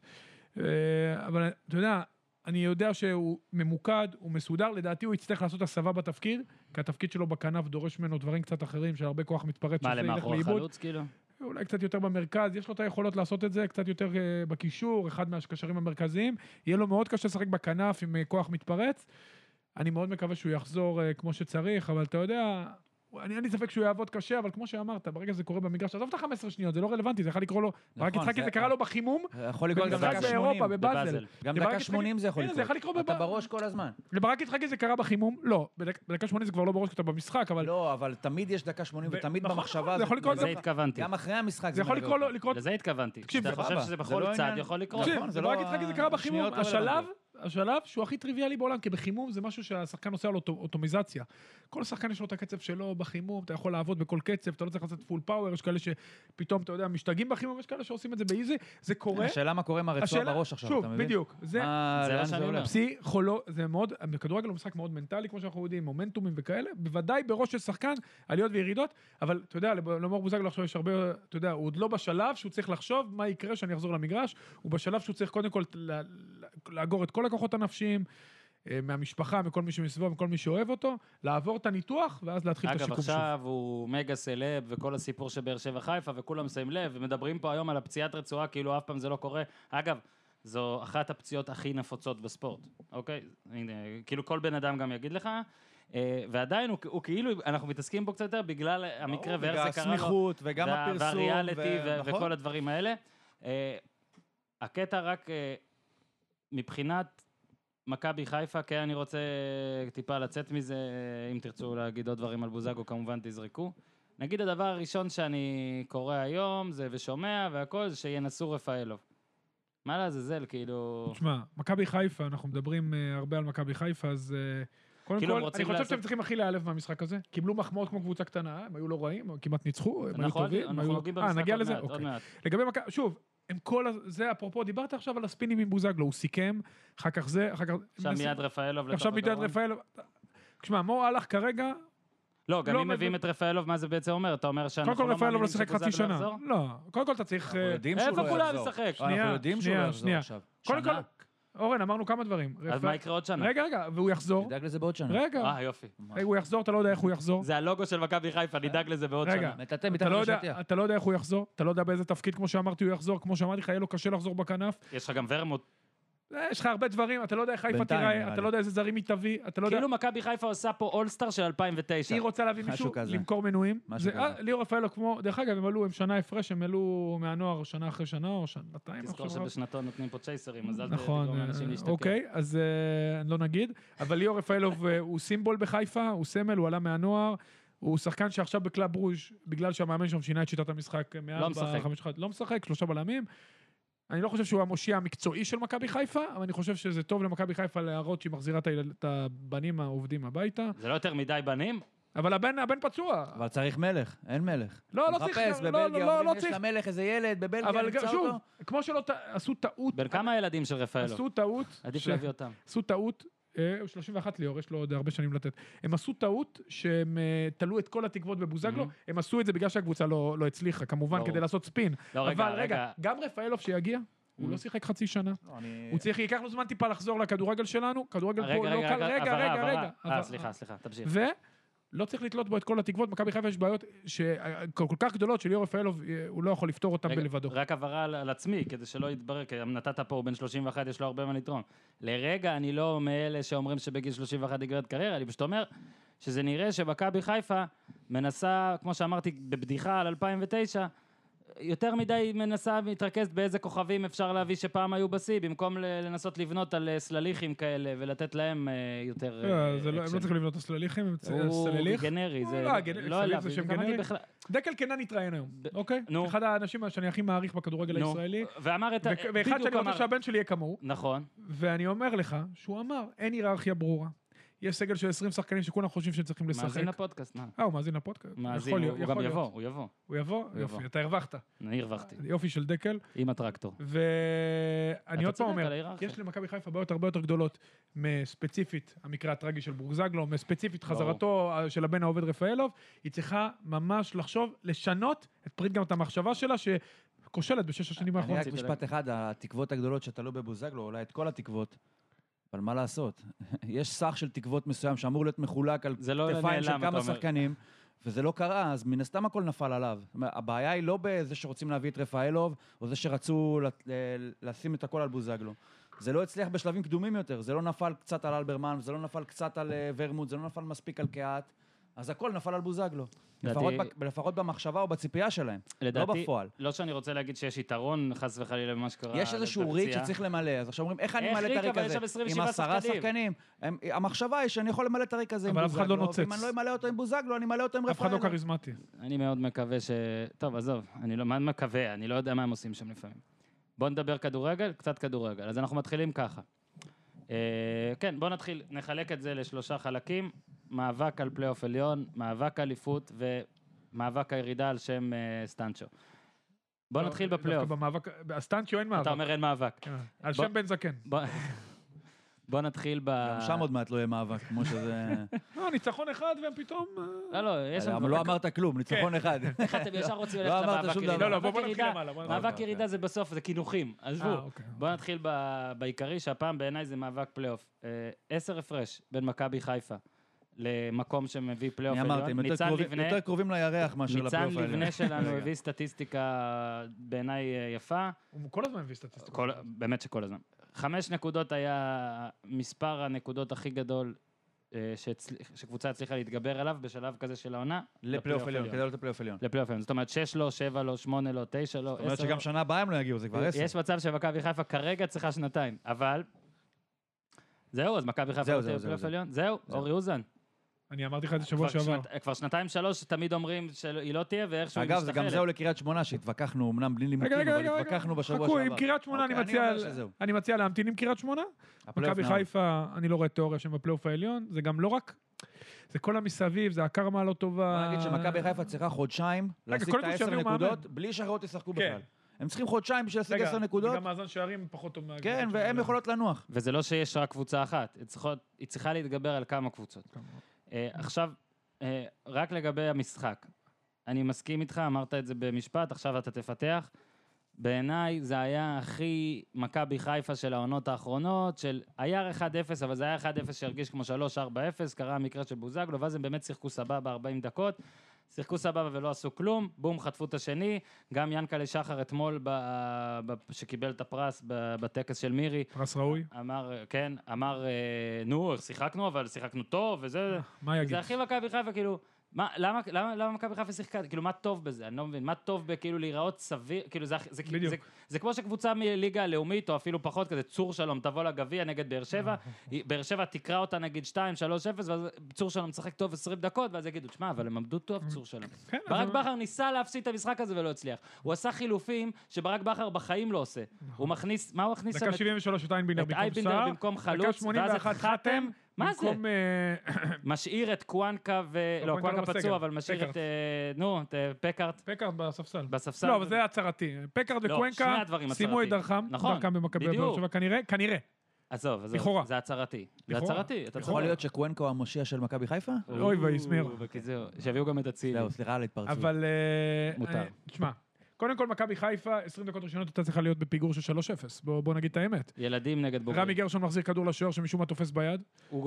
אבל אתה יודע, אני יודע שהוא ממוקד, הוא מסודר, לדעתי הוא יצטרך לעשות הסבה בתפקיד, כי התפקיד שלו בכנף דורש ממנו דברים קצת אחרים, שהרבה כוח מתפרץ, מה, למאחור החלוץ כאילו? אולי קצת יותר במרכז, יש לו את היכולות לעשות את זה, קצת יותר בקישור, אחד מהקשרים המרכזיים, יהיה לו מאוד קשה לשחק בכנף עם כוח מתפרץ, אני מאוד מקווה שהוא יחזור כמו שצריך, אבל אתה יודע, אין לי ספק שהוא יעבוד קשה, אבל כמו שאמרת, ברגע שזה קורה במגרש, עזוב את 15 שניות, זה לא רלוונטי, זה יכול לקרוא לו, ברק יצחקי זה קרה לו בחימום, יכול לקרות גם דקה 80, באירופה, בבאזל. גם דקה 80 זה יכול לקרות, אתה בראש כל הזמן. לברק יצחקי זה קרה בחימום, לא, בדקה 80 זה כבר לא בראש, כי אתה במשחק, אבל... לא, אבל תמיד יש דקה 80 ותמיד במחשבה, לזה התכוונתי. גם אחרי המשחק זה יכול לקרות... לזה התכוונתי. אתה חושב שזה בכל צד יכול לקרות. ברק יצחקי זה קרה בחימום, השלב שהוא הכי טריוויאלי בעולם, כי בחימום זה משהו שהשחקן עושה על אוטומיזציה. כל שחקן יש לו את הקצב שלו בחימום, אתה יכול לעבוד בכל קצב, אתה לא צריך לעשות פול פאוור, יש כאלה שפתאום, אתה יודע, משתגעים בחימום, יש כאלה שעושים את זה באיזי, זה קורה. השאלה מה קורה עם הרצועה בראש עכשיו, אתה מבין? שוב, בדיוק. זה מה שאני אומר. זה מאוד, בכדורגל הוא משחק מאוד מנטלי, כמו שאנחנו יודעים, מומנטומים וכאלה, בוודאי בראש של שחקן, עליות וירידות, אבל אתה יודע, למאור בוזגלו עכשיו יש הרבה, אתה יודע, הוא עוד לא בשלב שהוא צריך לחשוב מה יקרה שאני אחזור למגרש, הוא בשלב שהוא צריך קודם כל לאגור את כל הכוחות הנפשיים, מהמשפחה, מכל מי שמסביבו, מכל מי שאוהב אותו, לעבור את הניתוח, ואז להתחיל את השיקום שוב. אגב, עכשיו הוא מגה סלב, וכל הסיפור של באר שבע חיפה, וכולם שמים לב, ומדברים פה היום על הפציעת רצועה, כאילו אף פעם זה לא קורה. אגב, זו אחת הפציעות הכי נפוצות בספורט, אוקיי? הנה, כאילו כל בן אדם גם יגיד לך, ועדיין הוא כאילו, אנחנו מתעסקים בו קצת יותר, בגלל המקרה ואיך זה קרה לו. הסמיכות, וגם הפרסום. והריאליטי, וכל הדברים האלה. הקטע רק מבחינת מכבי חיפה, כן, אני רוצה טיפה לצאת מזה, אם תרצו להגיד עוד דברים על בוזגלו, כמובן תזרקו. נגיד הדבר הראשון שאני קורא היום, זה ושומע והכל, זה שינסו רפאלוב. מה לעזאזל, כאילו... תשמע, מכבי חיפה, אנחנו מדברים הרבה על מכבי חיפה, אז קודם כל, אני חושב שאתם צריכים הכי להיעלב מהמשחק הזה. קיבלו מחמאות כמו קבוצה קטנה, הם היו לא רעים, כמעט ניצחו, הם היו טובים. אנחנו נוגעים במשחק עוד מעט. לגבי מכבי, שוב, הם כל זה, אפרופו, דיברת עכשיו על הספינים עם בוזגלו, הוא סיכם, אחר כך זה, אחר כך... עכשיו מיד רפאלוב לתוך עכשיו מיד רפאלוב. תשמע, מו הלך כרגע... לא, גם אם מביאים את רפאלוב, מה זה בעצם אומר? אתה אומר שאנחנו לא מאמינים שבוזגלו לא יחזור? לא, קודם כל אתה צריך... איפה כולם לשחק? אנחנו יודעים שהוא לא יחזור עכשיו. קודם כל, אורן, אמרנו כמה דברים. אז מה יקרה עוד שנה? רגע, והוא יחזור. נדאג לזה בעוד שנה. רגע, יופי. הוא יחזור, אתה לא יודע איך הוא יחזור. זה הלוגו של מכבי חיפה, נדאג לזה בעוד רגע, שנה. מטאטא אתה מתחת לא יודע- לשטיח. אתה לא יודע איך הוא יחזור, אתה לא יודע באיזה תפקיד, כמו שאמרתי, הוא יחזור, כמו שאמרתי לך, יהיה לו קשה לחזור בכנף. יש לך גם ורמוט. יש לך הרבה דברים, אתה לא יודע איך חיפה בינתיים, תיראה, נראה אתה לי. לא יודע איזה זרים היא תביא, אתה לא יודע... כאילו מכבי חיפה עושה פה אולסטאר של 2009. היא רוצה להביא משהו מישהו, כזה. למכור מנויים. משהו זה- כזה. ליאור רפאלו כמו, דרך אגב, הם שנה הפרש, הם עלו מהנוער שנה אחרי שנה, או שנתיים. תזכור עכשיו. שבשנתון נותנים פה צ'ייסרים, אז אל נכון, תגרום לאנשים להשתכר. אוקיי, אז לא נגיד, אבל ליאור רפאלוב הוא סימבול בחיפה, הוא סמל, הוא עלה מהנוער, הוא שחקן שעכשיו בקלאב רוז' בגלל שהמאמן שם שינה את שיטת המשחק לא משחק. 4-5-1, לא משחק, 3 בלמים. אני לא חושב שהוא המושיע המקצועי של מכבי חיפה, אבל אני חושב שזה טוב למכבי חיפה להראות שהיא מחזירה את הבנים העובדים הביתה, זה לא יותר מדי בנים? אבל הבן פצוע. אבל צריך מלך, אין מלך. לא צריך, מחפש לא, בבלגיה, לא אומרים, יש צריך. למלך איזה ילד, בבלגיה אבל נמצא שוב, אותו. כמו שלא עשו טעות, בין כמה ילדים של רפאלו? עשו טעות, עדיף להביא אותם. עשו טעות, הוא 31 ליאור, יש לו עוד הרבה שנים לתת. הם עשו טעות שהם תלו את כל התקוות בבוזגלו, הם עשו את זה בגלל שהקבוצה לא הצליחה, כמובן ברור. כדי לעשות ספין. לא, רגע, אבל רגע, גם רפאלוב שיגיע, הוא לא שיחק חצי שנה. לא, אני- הוא צריך, ייקח לו זמן טיפה לחזור לכדורגל שלנו, כדורגל פה לא קל, רגע. סליחה, תמשיך. ולא צריך לתלות בו את כל התקוות, מכבי חיפה יש בעיות כל כך גדולות שליאור רפאלוב, הוא לא יכול לפתור אותם בלבדו. רק הבהרה על עצמי, כדי שלא יתברר, כי נתת פה, הוא בן 31, יש לו הרבה מה לתרום. לרגע אני לא מאלה שאומרים שבגיל 31 נגמרת קריירה, אני פשוט אומר שזה נראה שמכבי חיפה מנסה, כמו שאמרתי, בבדיחה על 2009, יותר מדי מנסה מתרכזת באיזה כוכבים אפשר להביא שפעם היו בשיא, במקום לנסות לבנות על סלליכים כאלה ולתת להם יותר... הם לא צריכים לבנות הסלליכים, הם סלליך. הוא גנרי, זה לא אליו. זה שם גנרי. דקל קנן התראיין היום, אוקיי? נו. אחד האנשים שאני הכי מעריך בכדורגל הישראלי, ואמר את... ואחד שאני רוצה שהבן שלי יהיה כמוהו, נכון. ואני אומר לך שהוא אמר, אין היררכיה ברורה. יש סגל של 20 שחקנים שכולם חושבים שהם צריכים לשחק. מאזין לפודקאסט, מה? הוא מאזין לפודקאסט. מאזין, הוא גם יבוא, הוא יבוא. הוא יבוא? יופי, אתה הרווחת. אני הרווחתי. יופי של דקל. עם הטרקטור. ואני עוד פעם צודק על אומר, ההיררכיה. יש למכבי חיפה בעיות הרבה יותר גדולות מספציפית המקרה הטרגי של בורזגלו, מספציפית ברור. חזרתו של הבן העובד רפאלוב, היא צריכה ממש לחשוב, לשנות גם את המחשבה שלה שכושלת בשש השנים אני האחרונות. רק משפט אחד, התקוות הגדולות שתלו בבוזגלו, אולי את כל התקוות, אבל מה לעשות? יש סך של תקוות מסוים שאמור להיות מחולק על זה לא כתפיים של נעלם, אתה כמה אומר. שחקנים, וזה לא קרה, אז מן הסתם הכל נפל עליו. זאת אומרת, הבעיה היא לא בזה שרוצים להביא את רפאלוב, או זה שרצו לשים את הכל על בוזגלו. זה לא הצליח בשלבים קדומים יותר, זה לא נפל קצת על אלברמן, זה לא נפל קצת על ורמוט, זה לא נפל מספיק על קהת, אז הכל נפל על בוזגלו. לפחות במחשבה או בציפייה שלהם, לא בפועל. לא שאני רוצה להגיד שיש יתרון, חס וחלילה, במה שקרה. יש איזשהו ריק שצריך למלא, אז עכשיו אומרים, איך אני איך אמלא את ריק? הריק אבל הזה? יש שם 27 עם 10 שחקנים. שחקנים. המחשבה היא שאני יכול למלא את הריק הזה עם אבל אף אחד לא בוזגלו, נוצץ. ואם אני לא אמלא אותו עם בוזגלו, אני אמלא אותו עם אף אחד לא רפאלוב. כריזמטי. אני מאוד מקווה טוב, עזוב, אני לא מקווה, אני לא יודע מה הם עושים שם לפעמים. בוא נדבר כדורגל, קצת כדורגל. אז אנחנו מתחילים ככה. כן, בוא נתחיל, נחלק את זה לשלושה חלקים. מאבק על פלייאוף עליון, מאבק אליפות ומאבק הירידה על שם סטנצ'ו. בוא נתחיל בפלייאוף. הסטנצ'ו אין מאבק. אתה אומר אין מאבק. על שם בן זקן. בוא נתחיל גם שם עוד מעט לא יהיה מאבק, כמו שזה... לא, ניצחון אחד והם פתאום... לא, יש שם... לא אמרת כלום, ניצחון אחד. איך אתם ישר רוצים לא ללכת אמרת למאבק שום ירידה? דבר. לא, בוא נתחיל למעלה. מאבק ירידה זה בסוף, זה כינוכים, עזבו. אוקיי. בוא נתחיל בעיקרי, שהפעם בעיניי זה מאבק פלייאוף. 10 הפרש בין מכבי חיפה למקום שמביא פלייאוף אני אמרתי, עליון. הם יותר קרובים לירח מאשר ניצן לפלייאוף העליון. לבנה שלנו הביא סטטיסטיקה בעיניי יפה. הוא כל הזמן מביא סטטיסטיקה. באמת שכל הזמן. 5 נקודות היה מספר הנקודות הכי גדול שקבוצה הצליחה להתגבר עליו בשלב כזה של העונה. לפלייאוף עליון, כדי לעלות לפלייאוף עליון. לפלייאוף עליון. זאת אומרת 6 לא, 7 לא, 8 לא, 9 לא, 10 לא. זאת אומרת שגם שנה הבאה הם לא יגיעו, זה כבר 10. יש מצב שמכבי חיפה כרגע צריכה 2, אבל... זהו, אז מכבי חיפה לא תהיה בפלייאוף עליון? זהו, אורי אוזן. אני אמרתי לך את זה שבוע שעבר. כבר 2-3 תמיד אומרים שהיא לא תהיה ואיכשהו היא אגב, משתחררת. זה גם זהו לקריית שמונה, שהתווכחנו, אמנם בלי לימודים, אבל התווכחנו בשבוע שעבר. חכו, עם קריית שמונה אני מציע להמתין עם קריית שמונה. מכבי חיפה, אני לא רואה תיאוריה שהם בפלייאוף העליון, זה גם לא רק, זה כל המסביב, זה הקרמה לא טובה. בוא נגיד שמכבי חיפה צריכה חודשיים להשיג את ה-10 נקודות, בלי שהאחרות ישחקו בכלל. הם צריכים חודשיים בשביל להשיג 10 נקודות. רגע, גם מאזן שערים פחות טוב. כן, והם יכולות לנוח. וזה לא שיש רק קבוצה אחת, היא צריכה להתגבר על כמה קבוצות. עכשיו, רק לגבי המשחק, אני מסכים איתך, אמרת את זה במשפט, עכשיו אתה תפתח. בעיניי זה היה הכי מכבי חיפה של העונות האחרונות, של היה 1-0, אבל זה היה 1-0 שהרגיש כמו 3-4-0, קרה המקרה של בוזגלו, ואז הם באמת שיחקו סבבה 40 דקות, שיחקו סבבה ולא עשו כלום, בום, חטפו את השני, גם ינקלה שחר אתמול, שקיבל את הפרס בטקס של מירי, פרס ראוי. אמר, נו, שיחקנו, אבל שיחקנו טוב, וזה, מה יגיד? זה הכי מכבי חיפה, כאילו, למה מכבי חיפה שיחקה? כאילו, מה טוב בזה? אני לא מבין. מה טוב בכאילו להיראות סביר? כאילו, זה כמו שקבוצה מליגה הלאומית, או אפילו פחות, כזה צור שלום, תבוא לגביע נגד באר שבע, באר שבע תקרא אותה נגיד 2-3-0, ואז צור שלום משחק טוב 20 דקות, ואז יגידו, תשמע, אבל הם עמדו טוב צור שלום. ברק בכר ניסה להפסיד את המשחק הזה ולא הצליח. הוא עשה חילופים שברק בכר בחיים לא עושה. הוא מכניס, מה הוא הכניס? דקה 73 את אייבינדר במקום חלוץ, ואז את חתם. מה זה? משאיר את קואנקה לא, קואנקה פצוע, אבל משאיר את, את פקארט. פקארט בספסל. לא, אבל זה הצהרתי. פקארט וקואנקה סיימו את דרכם במכבי באר שבע, כנראה. עזוב, זה הצהרתי. זה הצהרתי. יכול להיות שקואנקה הוא המושיע של מכבי חיפה? אוי ויסמיר. שיביאו גם את הצילי. זהו, סליחה על התפרצות. אבל, מותר. תשמע, קודם כל מכבי חיפה, 20 דקות ראשונות אתה צריכה להיות בפיגור של 3-0. בוא נגיד את האמת. ילדים נגד בוגרים. רמי גרשון מחזיר כדור לשוער שמשום מה תופס ביד.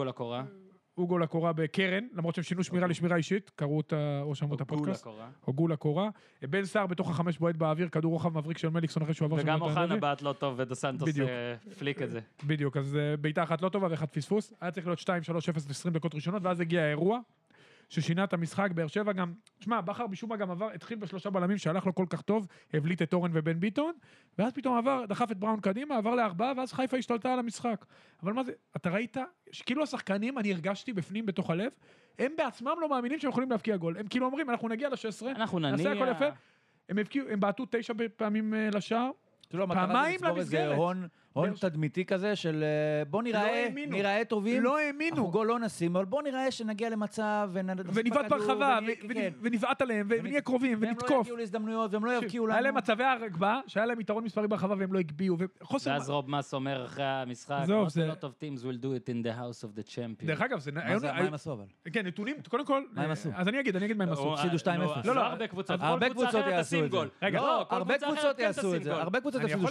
אוגו לקורה בקרן, למרות שהם שינו שמירה לשמירה אישית, קראו אותה, או שמעו את הפודקאסט. אוגו לקורה. בן סער בתוך החמש בועט באוויר, כדור רוחב מבריק של מליקסון אחרי שהוא עבר וגם אוחנה בעט לא טוב, ודוסנטוס פליק את זה. בדיוק, אז בעיטה אחת לא טובה ואחת פספוס. היה צריך להיות 2-3-0 ו-20 דקות ראשונות, ואז הגיע האירוע, ששינה את המשחק, באר שבע גם, תשמע, בכר משום מה גם התחיל בשלושה בלמים שהלך לו כל כך טוב, הבליט את אורן ובן ביטון, ואז פתאום דחף את בראון קדימה, עבר לארבעה, ואז חיפה השתלטה על המשחק. אבל מה זה, אתה ראית, שכאילו השחקנים, אני הרגשתי בפנים בתוך הלב, הם בעצמם לא מאמינים שהם יכולים להבקיע גול. הם כאילו אומרים, אנחנו נגיע ל-16, נעשה הכל יפה. הם בעטו 9 פעמים לשער, פעמיים למסגרת. הון תדמיתי כזה של בוא נראה טובים, לא האמינו, גול לא נשים, אבל בוא נראה שנגיע למצב ונבעט ברחבה, ונבעט עליהם, ונהיה קרובים, ונתקוף. והם לא יגיעו להזדמנויות, והם לא יבקיעו לנו. היה להם מצבי הרגבה, שהיה להם יתרון מספרי ברחבה, והם לא הגביעו, ואז רוב מס אומר אחרי המשחק, not a lot of teams will do it in the house of the champions. דרך אגב, מה הם עשו אבל? כן, נתונים, קודם כל, אז אני אגיד מה הם עשו. הפסידו 2-0. לא, הרבה קבוצות, הרבה קבוצות יעשו את זה. לא, הרבה קבוצות יעשו את זה. הרבה קבוצות יפסידו 2-0.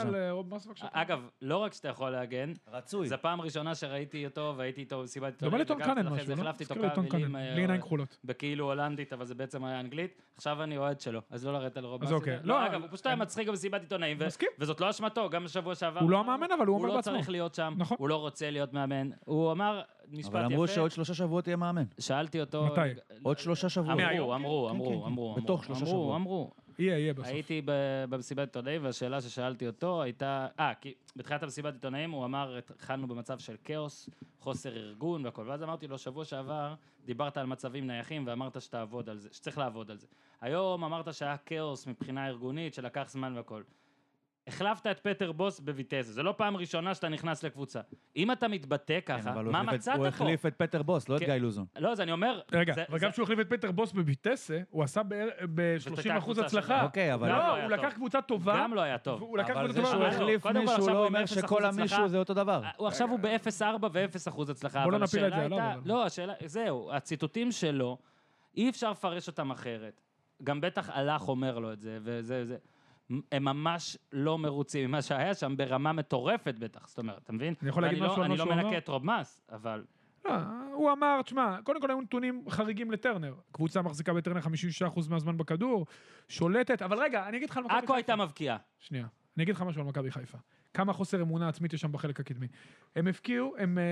אגב, לא רק שאתה יכול להגן, רצוי. זו פעם ראשונה שראיתי אותו, והייתי איתו בסיבת עיתונאים. דומה לטון קאנן משהו, לא? החלפתי אותו כמה בלי עיניים כחולות. בכאילו הולנדית, אבל זה בעצם היה אנגלית. עכשיו אני אוהד שלו, אז לא לרדת על רוב אז אוקיי. לא, אגב, הוא פשוט היה מצחיק בסיבת עיתונאים, וזאת לא אשמתו, גם בשבוע שעבר. הוא לא המאמן, אבל הוא אומר בעצמו. הוא לא צריך להיות שם, הוא לא רוצה להיות מאמן. הוא אמר משפט יפה. אבל אמרו שעוד 3 שבועות יהיה מאמן. שאלתי אותו... מתי? עוד 3 שבועות. אמרו. בתוך 3 שבועות. יהיה בסוף. הייתי במסיבת עיתונאים, והשאלה ששאלתי אותו הייתה... כי בתחילת המסיבת עיתונאים הוא אמר, התחלנו במצב של כאוס, חוסר ארגון והכל. ואז אמרתי לו, שבוע שעבר דיברת על מצבים נייחים, ואמרת שתעבוד על זה, שצריך לעבוד על זה. היום אמרת שהיה כאוס מבחינה ארגונית, שלקח זמן והכל. החלפת את פטר בוס בויטזה, זה לא פעם ראשונה שאתה נכנס לקבוצה. אם אתה מתבטא ככה, מה מצאת פה? הוא החליף את פטר בוס, לא את גיא לוזון. לא, אז אני אומר... רגע, אבל גם כשהוא החליף את פטר בוס בויטזה, הוא עשה ב-30% הצלחה. אוקיי, אבל... לא, הוא לקח קבוצה טובה. גם לא היה טוב. אבל זה שהוא החליף מישהו לא אומר שכל המישהו זה אותו דבר. הוא עכשיו הוא ב-0.4 ו-0% הצלחה. בוא לא נפיל את זה, לא, השאלה, זהו, הציטוטים שלו, אי אפשר לפרש אותם אחרת. גם בטח הלך אומר לו את זה, וזה... הם ממש לא מרוצים ממה שהיה שם ברמה מטורפת בטח, זאת אומרת, אתה מבין? אני יכול להגיד משהו על מה שהוא אמר? אני לא מנקה את רוב מס, אבל... הוא אמר, תשמע, קודם כל היו נתונים חריגים לטרנר. קבוצה מחזיקה בטרנר 56% מהזמן בכדור, שולטת, אבל רגע, אני אגיד לך על מכבי חיפה. אקו הייתה מבקיעה. שנייה, אני אגיד לך משהו על מכבי חיפה. כמה חוסר אמונה עצמית יש שם בחלק הקדמי. הם הפקיעו,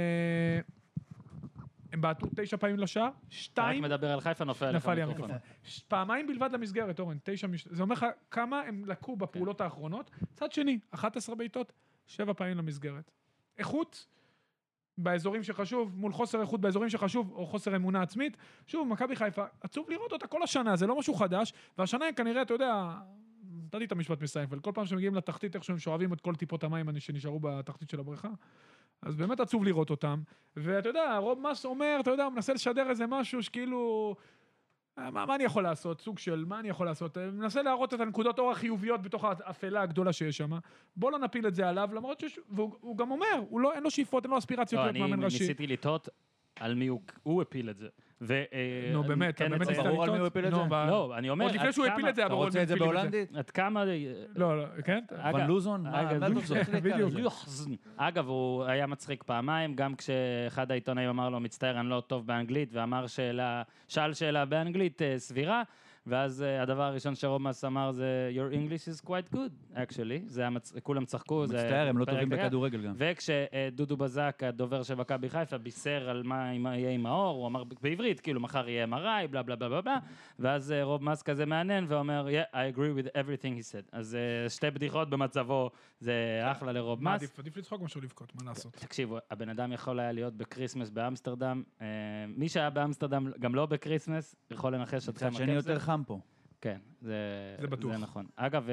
הם בעטו 9 פעמים לשער, 2... רק מדבר על חיפה, נופל לי המיקרופון. פעמיים בלבד למסגרת, אורן, 9... זה אומר לך כמה הם לקחו בפעולות האחרונות. צד שני, 11 בעיטות, 7 פעמים למסגרת. איכות באזורים שחשוב, מול חוסר איכות באזורים שחשוב, או חוסר אמונה עצמית. שוב, מכבי חיפה, עצוב לראות אותה כל השנה, זה לא משהו חדש, והשנה כנראה, אתה יודע, נתתי את המשפט מסיינפלד, כל פעם שמגיעים לתחתית, איך שהם שואבים את כל טיפות המים שנשארו בתחתית של הבריכה. אז באמת עצוב לראות אותם, ואתה יודע, רוב מס אומר, אתה יודע, הוא מנסה לשדר איזה משהו שכאילו, מה אני יכול לעשות? סוג של, מה אני יכול לעשות? מנסה להראות את הנקודות אור החיוביות בתוך האפלה הגדולה שיש שם, בוא לא נפיל את זה עליו, למרות והוא גם אומר, אין לו שאיפות, אין לו אספירציות להיות מאמן ראשי. אני ניסיתי לטעות על מי הוא הפיל את זה, נו, באמת, אתה באמת ניסית ברור על מי הוא לטעות? הפיל את זה? לא, אני אומר, עוד לפני שהוא הפיל את זה, אתה הברור רוצה את זה בהולנדית? עד כמה... לא, כן? ון לוזון? בדיוק. אגב, הוא היה מצחיק פעמיים, גם כשאחד העיתונאים אמר לו, מצטער, אני לא טוב באנגלית, ואמר שאל שאלה באנגלית סבירה, ואז הדבר הראשון שרומאס אמר זה, Your English is quite good, actually. כולם צחקו. מצטער, הם לא טובים בכדורגל גם. וכשדודו בזק, הדובר של מכבי חיפה, בישר על מה יהיה עם האור, הוא אמר בעברית, כאילו מחר יהיה MRI, בלה בלה בלה בלה, ואז רומאס כזה מעניין, ואומר, Yeah, I agree with everything he said. אז שתי בדיחות במצבו, זה אחלה לרומאס. עדיף לצחוק משהו לבכות, מה לעשות? תקשיבו, הבן אדם יכול היה להיות בקריסמס באמסטרדם, מי שהיה באמסטרדם גם לא בקריסמס, יכול לנחש אתכם. מצד שני יותר חם פה. כן, זה בטוח. זה נכון. אגב,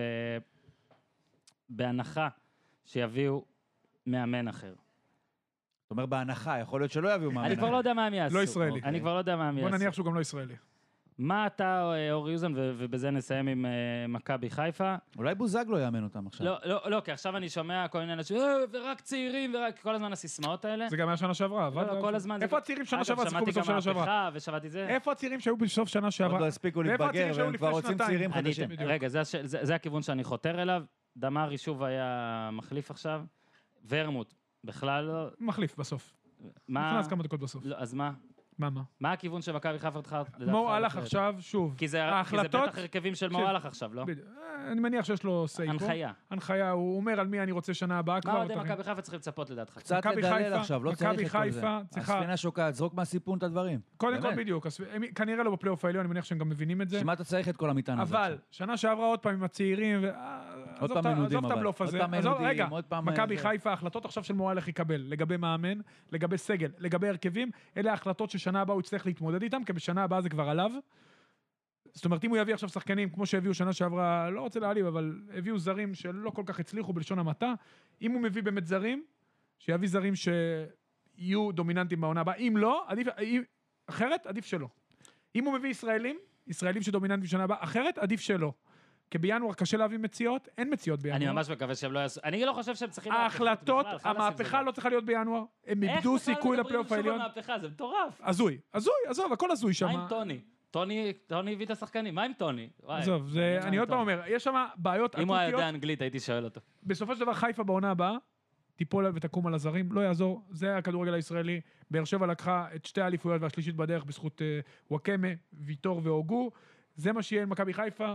בהנחה שיביאו מאמן אחר. זאת אומרת, בהנחה, יכול להיות שלא יביאו מאמן. אני כבר לא יודע מה הם יעשו. לא ישראלי. אני כבר לא יודע מה הם יעשו. בוא נניח שהוא גם לא ישראלי. מה אתה, אור יוזן, ובזה נסיים עם מכבי חיפה? אולי בוזגלו יאמן אותם עכשיו. לא, כי עכשיו אני שומע כל מיני אנשים, ורק צעירים, ורק כל הזמן הסיסמאות האלה. זה גם היה שנה שעברה. לא, כל הזמן. איפה הצעירים שנה שעברה שיחקו בסוף שנה שעברה? אגב, שמעתי גם מהפכה, ושמעתי זה. איפה הצעירים שהיו בסוף שנה שעברה? עוד לא הספיקו להתבגר, והם כבר רוצים צעירים חדשים. רגע, זה הכיוון שאני חותר אליו. דמרי שוב היה מחליף עכשיו. ורמוט, בכלל לא. מחליף בסוף. נכנס כמה דקות בסוף. אז מה? מה? מה הכיוון של מכבי חיפה לדעתך? מו הלך עכשיו, שוב. כי זה בטח הרכבים של מו הלך עכשיו, לא? אני מניח שיש לו סי פה. הנחיה. הנחיה, הוא אומר על מי אני רוצה שנה הבאה כבר. מה עוד מכבי חיפה צריכים לצפות לדעתך? קצת לדלל עכשיו, לא צריך את כל זה. הספינה שוקעת, זרוק מהסיפון את הדברים. קודם כל בדיוק, כנראה לא בפלייאוף העליון, אני מניח שהם גם מבינים את זה. שמה אתה צריך את כל המטען הזה? אבל, שנה שעברה עוד פעם עם הצעירים, עוד פעם מנודים, עזוב את הבלוף הזה. רגע, מכבי חיפה, ההחלטות עכשיו של מועלך יקבל, לגבי מאמן, לגבי סגל, לגבי הרכבים, אלה ההחלטות ששנה הבאה הוא יצטרך להתמודד איתם, כי בשנה הבאה זה כבר עליו. זאת אומרת, אם הוא יביא עכשיו שחקנים, כמו שהביאו שנה שעברה, לא רוצה להעליב, אבל הביאו זרים שלא כל כך הצליחו בלשון המעטה, אם הוא מביא באמת זרים, שיביא זרים שיהיו דומיננטיים בעונה הבאה, אם לא, אחרת, עדיף שלא. אם הוא מביא ישראלים שדומיננטיים בשנה הבאה, אחרת, עדיף שלא. כי בינואר קשה להביא מציאות, אין מציאות בינואר. אני ממש מקווה שהם לא יעשו, אני לא חושב שהם צריכים... ההחלטות, המהפכה לא צריכה להיות בינואר, הם איבדו סיכוי לפלייאוף העליון. איך בכלל מדברים שוב על מהפכה? זה מטורף. הזוי, עזוב, הכל הזוי שם. מה עם טוני? טוני הביא את השחקנים, מה עם טוני? עזוב, אני עוד פעם אומר, יש שם בעיות אם הוא היה אקוטיות. יודע אנגלית, הייתי שואל אותו. בסופו של דבר חיפה בעונה הבאה, תיפול ותקום על הזרים, לא יעזור, זה הכדורגל הישראלי. באר שבע לקחה את שתי האליפויות והשלישית בדרך בזכות וואקמה, ויטור והוגו, זה מה שיהיה למכבי חיפה.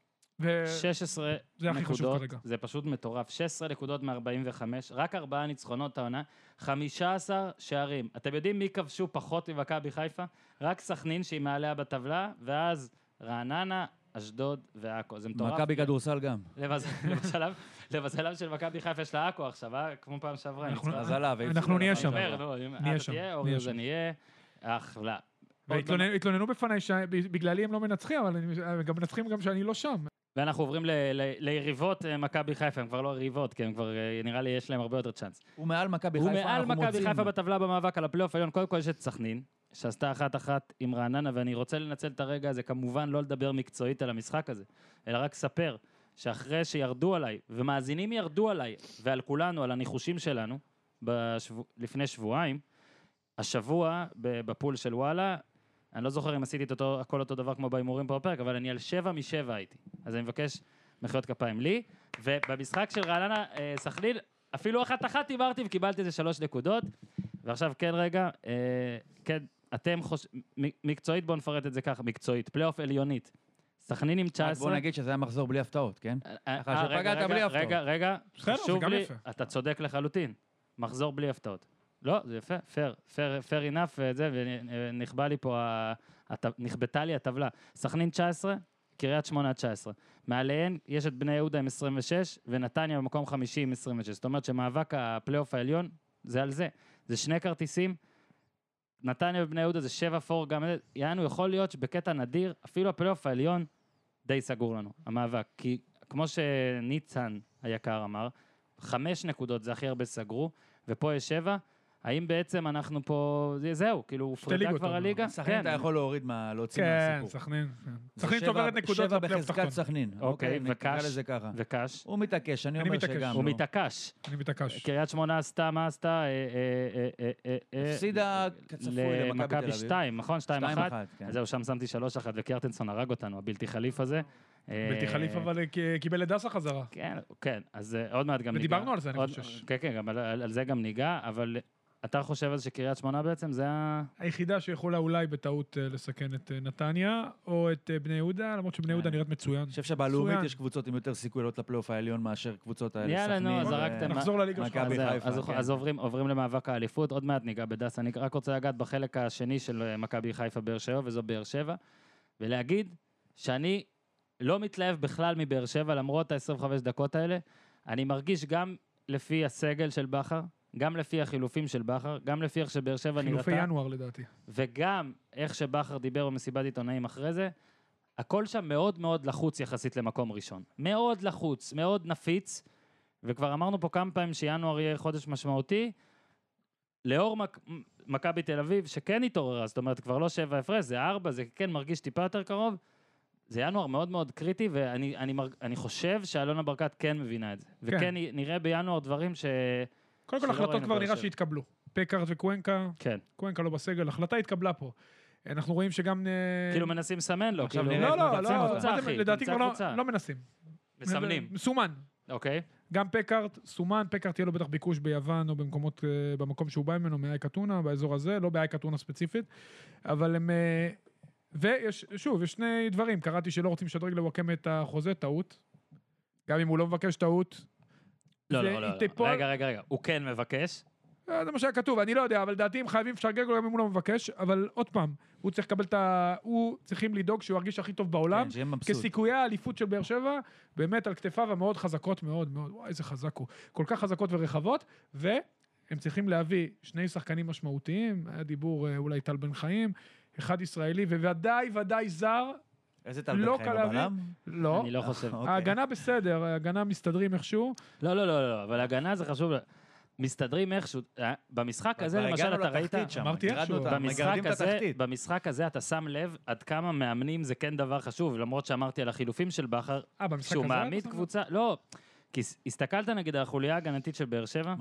16 נקודות, זה פשוט מטורף, 16 נקודות מ-45, רק 4 ניצחונות העונה, 15 שערים. אתם יודעים מי כבשו פחות ממכבי חיפה? רק סכנין שהיא מעליה בטבלה, ואז רעננה, אשדוד ועכו. זה מטורף. מכבי כדורסל גם. למזלם של מכבי חיפה יש לה עכו עכשיו, כמו פעם שעברה. אנחנו נהיה שם. נהיה שם. אורי זה נהיה אחלה. התלוננו בפניי שבגללי הם לא מנצחים, אבל הם גם מנצחים גם שאני לא שם. ואנחנו עוברים ליריבות מכבי חיפה, הם כבר לא יריבות, כי הם כבר, נראה לי, יש להם הרבה יותר צ'אנס. הוא מעל מכבי חיפה, אנחנו מוצאים. הוא מעל מכבי חיפה בטבלה במאבק על הפלייאוף העליון, קודם כל יש את סכנין, שעשתה 1-1 עם רעננה, ואני רוצה לנצל את הרגע הזה, כמובן לא לדבר מקצועית על המשחק הזה, אלא רק ספר שאחרי שירדו עליי, ומאזינים ירדו עליי, ועל כולנו, על הניחושים שלנו, לפני שבועיים, השבוע, בפול של וואלה, אני לא זוכר אם עשיתי הכל אותו דבר כמו בהימורים פה בפרק, אבל אני על 7 מ-7 הייתי. אז אני מבקש מחיאות כפיים לי, ובמשחק של רעננה סכנין, אפילו 1-1 הימרתי וקיבלתי איזה 3 נקודות, ועכשיו כן רגע, כן, אתם מקצועית, בואו נפרט את זה ככה, מקצועית, פלייאוף עליונית, סכנין עם 19. בוא נגיד שזה היה מחזור בלי הפתעות, כן? רגע, חשוב לי, אתה צודק לחלוטין, מחזור בלי הפתעות. לא, זה יפה, fair enough, ונכבה לי פה, נכבתה לי הטבלה. סכנין 19, קריית שמונה 19. מעליהן יש את בני יהודה עם 26, ונתניה במקום 50 עם 26. זאת אומרת שמאבק הפלייאוף העליון, זה על זה. זה 2 כרטיסים, נתניה ובני יהודה זה 7-4, גם יענו יכול להיות שבקטע נדיר, אפילו הפלייאוף העליון די סגור לנו, המאבק. כי כמו שניצן היקר אמר, 5 נקודות זה הכי הרבה סגרו, ופה יש 7, האם בעצם אנחנו פה, זהו, כאילו, הופרדה כבר הליגה? סכנין אתה יכול להוריד להוציא מהסיפור. כן, סכנין. סכנין צוברת נקודות. 7 בחזקת סכנין. אוקיי, וקש. הוא מתעקש, אני אומר שגם לא. הוא מתעקש. אני מתעקש. קריית שמונה עשתה, מה עשתה? הפסידה כצפוי למכבי תל אביב. 2, נכון? 2-1. 2-1, כן. אז זהו, שם שמתי 3-1, וקירטנסון הרג אותנו, הבלתי חליף הזה. בלתי חליף, אבל קיבל את דסה חזרה. כן, כן, אז עוד מעט גם ניגע. ודיברנו על זה, אני חושש. כן, כן, על זה גם ניגע, אבל אתה חושב על זה שקריית שמונה בעצם זה היחידה שיכולה אולי בטעות לסכן את נתניה, או את בני יהודה, למרות שבני יהודה נראית מצוין. אני חושב שבלאומית יש קבוצות עם יותר סיכוי לעלות לפלייאוף העליון מאשר קבוצות האלה. יאללה, נו, זרקתם. נחזור לליגה שלך. מכבי חיפה. אז עוברים למאבק האליפות, עוד מעט ניגע בדסה. אני רק רוצה לגעת בחלק השני של מכבי חיפה באר שבע, וזו באר שבע, ולהגיד שאני לא מתלהב בכלל מבאר שבע, למרות ה-25 דקות האלה. אני מרגיש גם לפי הסגל של בכר, גם לפי החילופים של בכר, גם לפי איך שבאר שבע נראתה. חילופי ינואר לדעתי. וגם איך שבכר דיבר במסיבת עיתונאים אחרי זה, הכל שם מאוד מאוד לחוץ יחסית למקום ראשון. מאוד לחוץ, מאוד נפיץ, וכבר אמרנו פה כמה פעמים שינואר יהיה חודש משמעותי, לאור מכבי תל אביב, שכן התעוררה, זאת אומרת, כבר לא 7 הפרש, זה 4, זה כן מרגיש טיפה יותר קרוב, זה ינואר מאוד מאוד קריטי, ואני חושב שאלונה ברקת כן מבינה את זה. כן. וכן נראה בינואר דברים קודם כל החלטות כבר נראה שהתקבלו. פקארט וקוונקה, כן. קוונקה לא בסגל, החלטה התקבלה פה. אנחנו רואים שגם... כאילו מנסים לסמן לו, כאילו... לא, קבוצה, אחי. לדעתי כבר לא מנסים. מסמנים. מסומן. אוקיי. גם פקארט, סומן, פקארט יהיה לו בטח ביקוש ביוון או במקומות, במקום שהוא בא ממנו, מאי קטונה, באזור הזה, לא באי קטונה ספציפית, אבל הם... ויש, שוב, יש שני דברים, קראתי שלא רוצים לשדרג לוואקמה את החוזה, טעות. גם אם הוא לא מבקש טעות. לא. רגע, הוא כן מבקש. זה מה שהיה כתוב, אני לא יודע, אבל דעתי הם חייבים לשדרג לו גם אם הוא לא מבקש, אבל עוד פעם, הוא צריך לקבל הוא צריכים לדאוג שהוא ירגיש הכי טוב בעולם, כסיכויי האליפות של באר שבע, באמת על כתפיו המאוד חזקות מאוד מאוד, וואי, איזה חזק הוא, כל כך חזקות ורחבות, והם צריכים להביא שני שחקנים משמעותיים, היה דיבור אולי טל בן חיים, אחד ישראלי, וודאי זר, איזה טל בן חיים בבלם? לא. אני לא חושב. ההגנה בסדר, ההגנה מסתדרים איכשהו. לא, אבל ההגנה זה חשוב. מסתדרים איכשהו, במשחק הזה למשל אתה ראית, אמרתי איכשהו, במשחק הזה אתה שם לב עד כמה מאמנים זה כן דבר חשוב, למרות שאמרתי על החילופים של בכר, שהוא מעמיד קבוצה, לא, כי הסתכלת נגיד על החוליה ההגנתית של באר שבע,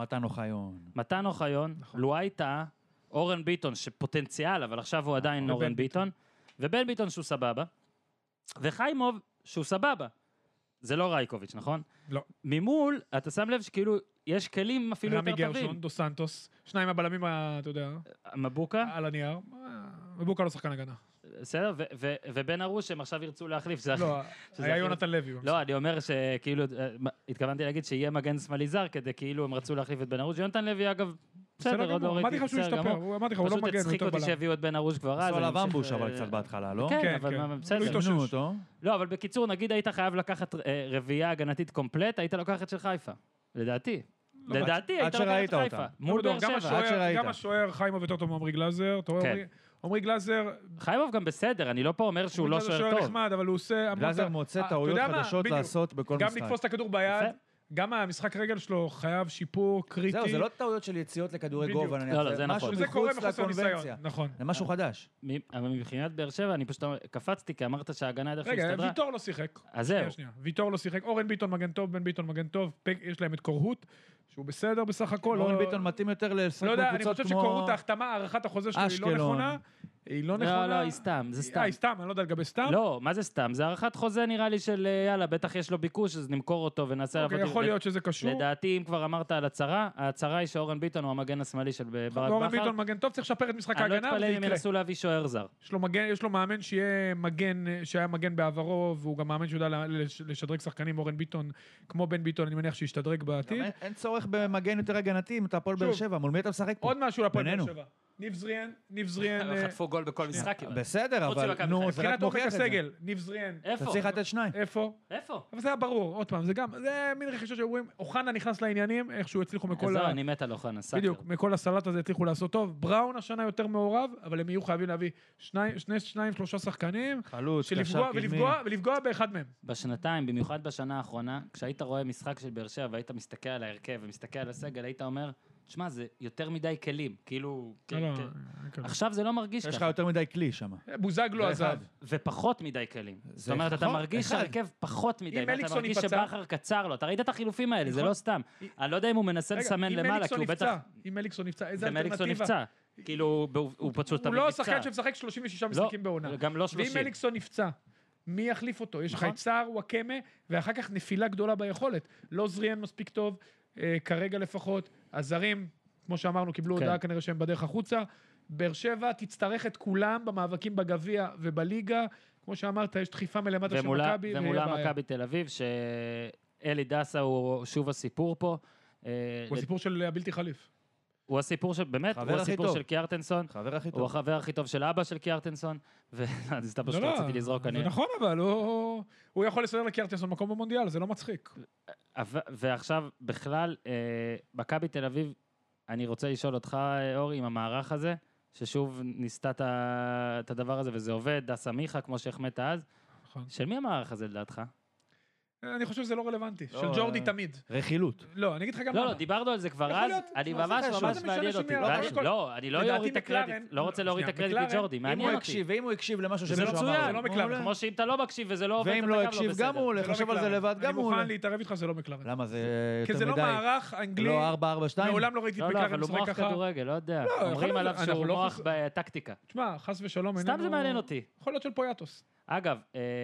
מתן אוחיון, לואייטה, אורן ביטון שפוטנציאל, אבל עכשיו הוא עדיין אורן ביטון, ובן ביטון שהוא סבבה, וחיימוב שהוא סבבה, זה לא רייקוביץ', נכון? לא. ממול, אתה שם לב שכאילו, יש כלים אפילו יותר טובים. רמי גרשון, דו סנטוס, שניים הבלמים, אתה יודע. מבוקה? על הנייר. מבוקה לא שחקן הגנה. בסדר, ובן ארוש שהם עכשיו ירצו להחליף. לא, היה יונתן לוי. לא, אני אומר שכאילו, התכוונתי להגיד שיהיה מגן שמאלי זר, כדי כאילו הם רצו להחליף את בן ארוש. יונתן לוי, אגב, בסדר, עוד לא ראיתי. אמרתי לך שהוא השתפר, אמרתי לך, הוא לא מגן, פשוט הצחיק אותי שהביאו את בן ארוש כבר אז. עשו עליו אמבוש אבל קצת בהתחלה, לא? כן, אבל בסדר. לא, אבל בקיצור, נגיד היית חייב לקחת רביעייה הגנתית קומפלט, היית לוקח את של חיפה. לדעתי, היית לוקח את חיפה. מול באר שבע. גם השוער חיימוב יותר טוב מעומרי גלאזר. עומרי גלאזר... חיימוב גם בסדר, אני לא פה אומר שהוא לא שוער טוב. נחמד, אבל הוא עושה... גלאזר מוצא טעויות חדשות לעשות בכל משחק. גם לתפוס את הכדור ביד. גם המשחק רגל שלו חייב שיפור קריטי. זהו, זה לא טעויות של יציאות לכדורי גובה. לא, זה נכון. זה קורה מחוסר ניסיון. נכון. זה משהו חדש. אבל מבחינת באר שבע, אני פשוט קפצתי, כי אמרת שההגנה דרך רגע, ויטור לא שיחק. אז זהו. ויטור לא שיחק. אורן ביטון מגן טוב, בן ביטון מגן טוב. יש להם את קורהוט, שהוא בסדר בסך הכל. אורן ביטון מתאים יותר לשחק בקבוצות כמו... לא יודע, אני חושב שקורהוט, ההחתמה, הערכת החוזה שלו היא לא נכונה. היא לא נכונה. לא, היא סתם, זה סתם. היא סתם, אני לא יודע לגבי סתם. לא, מה זה סתם? זה הערכת חוזה נראה לי של יאללה, בטח יש לו ביקוש, אז נמכור אותו ונעשה... אוקיי, יכול להיות שזה קשור. לדעתי, אם כבר אמרת על הצהרה, ההצהרה היא שאורן ביטון הוא המגן השמאלי של ברק בכר. אורן ביטון מגן טוב, צריך לשפר את משחק ההגנה, אני לא אתפלא אם ינסו להביא שוער זר. יש לו מאמן שהיה מגן בעברו, והוא גם מאמן שיודע לשדרג שחקנים, אורן ביטון, כמו בן ביטון, אני מניח שישתדרג בעתיד. אין צורך במגן יותר הגנתי, אם אתה הפועל באר שבע, מול מי אתה משחק פה? עוד משהו לפועל באר שבע. ניב זריאן... חטפו גול בכל משחק. בסדר, אבל נו, זה רק מוכיח את זה. ניב זריאן. אתה צריך לתת שניים. איפה? אבל זה היה ברור, עוד פעם, זה מין רכישות שאומרים, אוחנה נכנס לעניינים, איכשהו הצליחו מכל... זהו, אני מת על אוחנה, סאקר. בדיוק, מכל הסלט הזה הצליחו לעשות טוב. בראון השנה יותר מעורב, אבל הם יהיו חייבים להביא שלושה שחקנים, ולפגוע באחד מהם. בשנתיים, במיוחד בשנה האחרונה, כשהיית רואה משחק של באר שבע, והיית מסתכל על ההרכב ומסתכל על הסגל, היית אומר, תשמע, זה יותר מדי כלים, כאילו... עכשיו זה לא מרגיש ככה. יש לך יותר מדי כלי שם. בוזגלו עזב. ופחות מדי כלים. זאת אומרת, אתה מרגיש שהרכב פחות מדי, ואתה מרגיש שבכר קצר לו. אתה ראית את החילופים האלה, זה לא סתם. אני לא יודע אם הוא מנסה לסמן למעלה, כי הוא בטח... אם מליקסון נפצע, איזה אלטרנטיבה? כאילו, הוא פשוט הוא תמיד לא נפצע. שחקן שמשחק 36 משחקים בעונה. גם לא 30. ואם אליקסון נפצע, מי יחליף אותו? יש לך נכון. את סער, וואקמה, ואחר כך נפילה גדולה ביכולת. לא זריאן מספיק טוב, כרגע לפחות. הזרים, כמו שאמרנו, קיבלו כן. הודעה כנראה שהם בדרך החוצה. באר שבע תצטרך את כולם במאבקים בגביע ובליגה. כמו שאמרת, יש דחיפה מלמטה של מכבי. ומולה מכבי תל אביב, שאלי דסה הוא שוב הסיפור פה. הוא הסיפור של הבלתי חליף. הוא הסיפור של, באמת, חבר הוא הכי הסיפור טוב. של קיארטנסון. חבר הכי הוא טוב. החבר הכי טוב של אבא של קיארטנסון. אז סתם פשוט לא, רציתי לזרוק. זה נכון, אבל הוא יכול לסדר לקיארטנסון מקום במונדיאל, זה לא מצחיק. ועכשיו, בכלל, מכבי תל אביב, אני רוצה לשאול אותך, אורי, עם המערך הזה, ששוב ניסתה את הדבר הזה, וזה עובד, דסה מיכה, כמו שהחמאת אז. נכון. של מי המערך הזה, לדעתך? אני חושב שזה לא רלוונטי, לא, של ג'ורדי תמיד. רכילות. לא, אני אגיד לך גם לא, למה. דיברנו על זה כבר יכול אז, להיות, אני מה זה ממש חשוב? ממש מה זה משנה מעניין של אותי. מי? אבל קודם לא, אני לא לדעתי אוריד את הקרדיט, מקלרן- לא רוצה להוריד את שנייה, הקרדיט מקלרן, לג'ורדי, אם מעניין הוא אותי. הקשיב, ואם הוא הקשיב למשהו זה שמישהו אמר. מצוין, זה לא מקלרן. כמו שאם אתה לא מקשיב וזה לא עובד, ואם אתה לא גם לא הקשיב, גם בסדר. הוא הולך, זה לא חושב על זה מקלרן. לבד, גם אני הוא מוכן הולך. להתערב איתך, זה לא מקלרן. למה זה כי יותר זה לא מדי? מערך אנגלי, לא 4-4-2? מעולם לא ראיתי את לא, מקלרן אבל הוא משחק מוח ככה. כדורגל, לא יודע. לא, יכול אומרים להיות, עליו אנחנו שהוא לא מוח חוס- בטקטיקה. תשמע, חס ושלום, סתם זה מעניין אותי. יכול להיות של פויאטוס. אגב,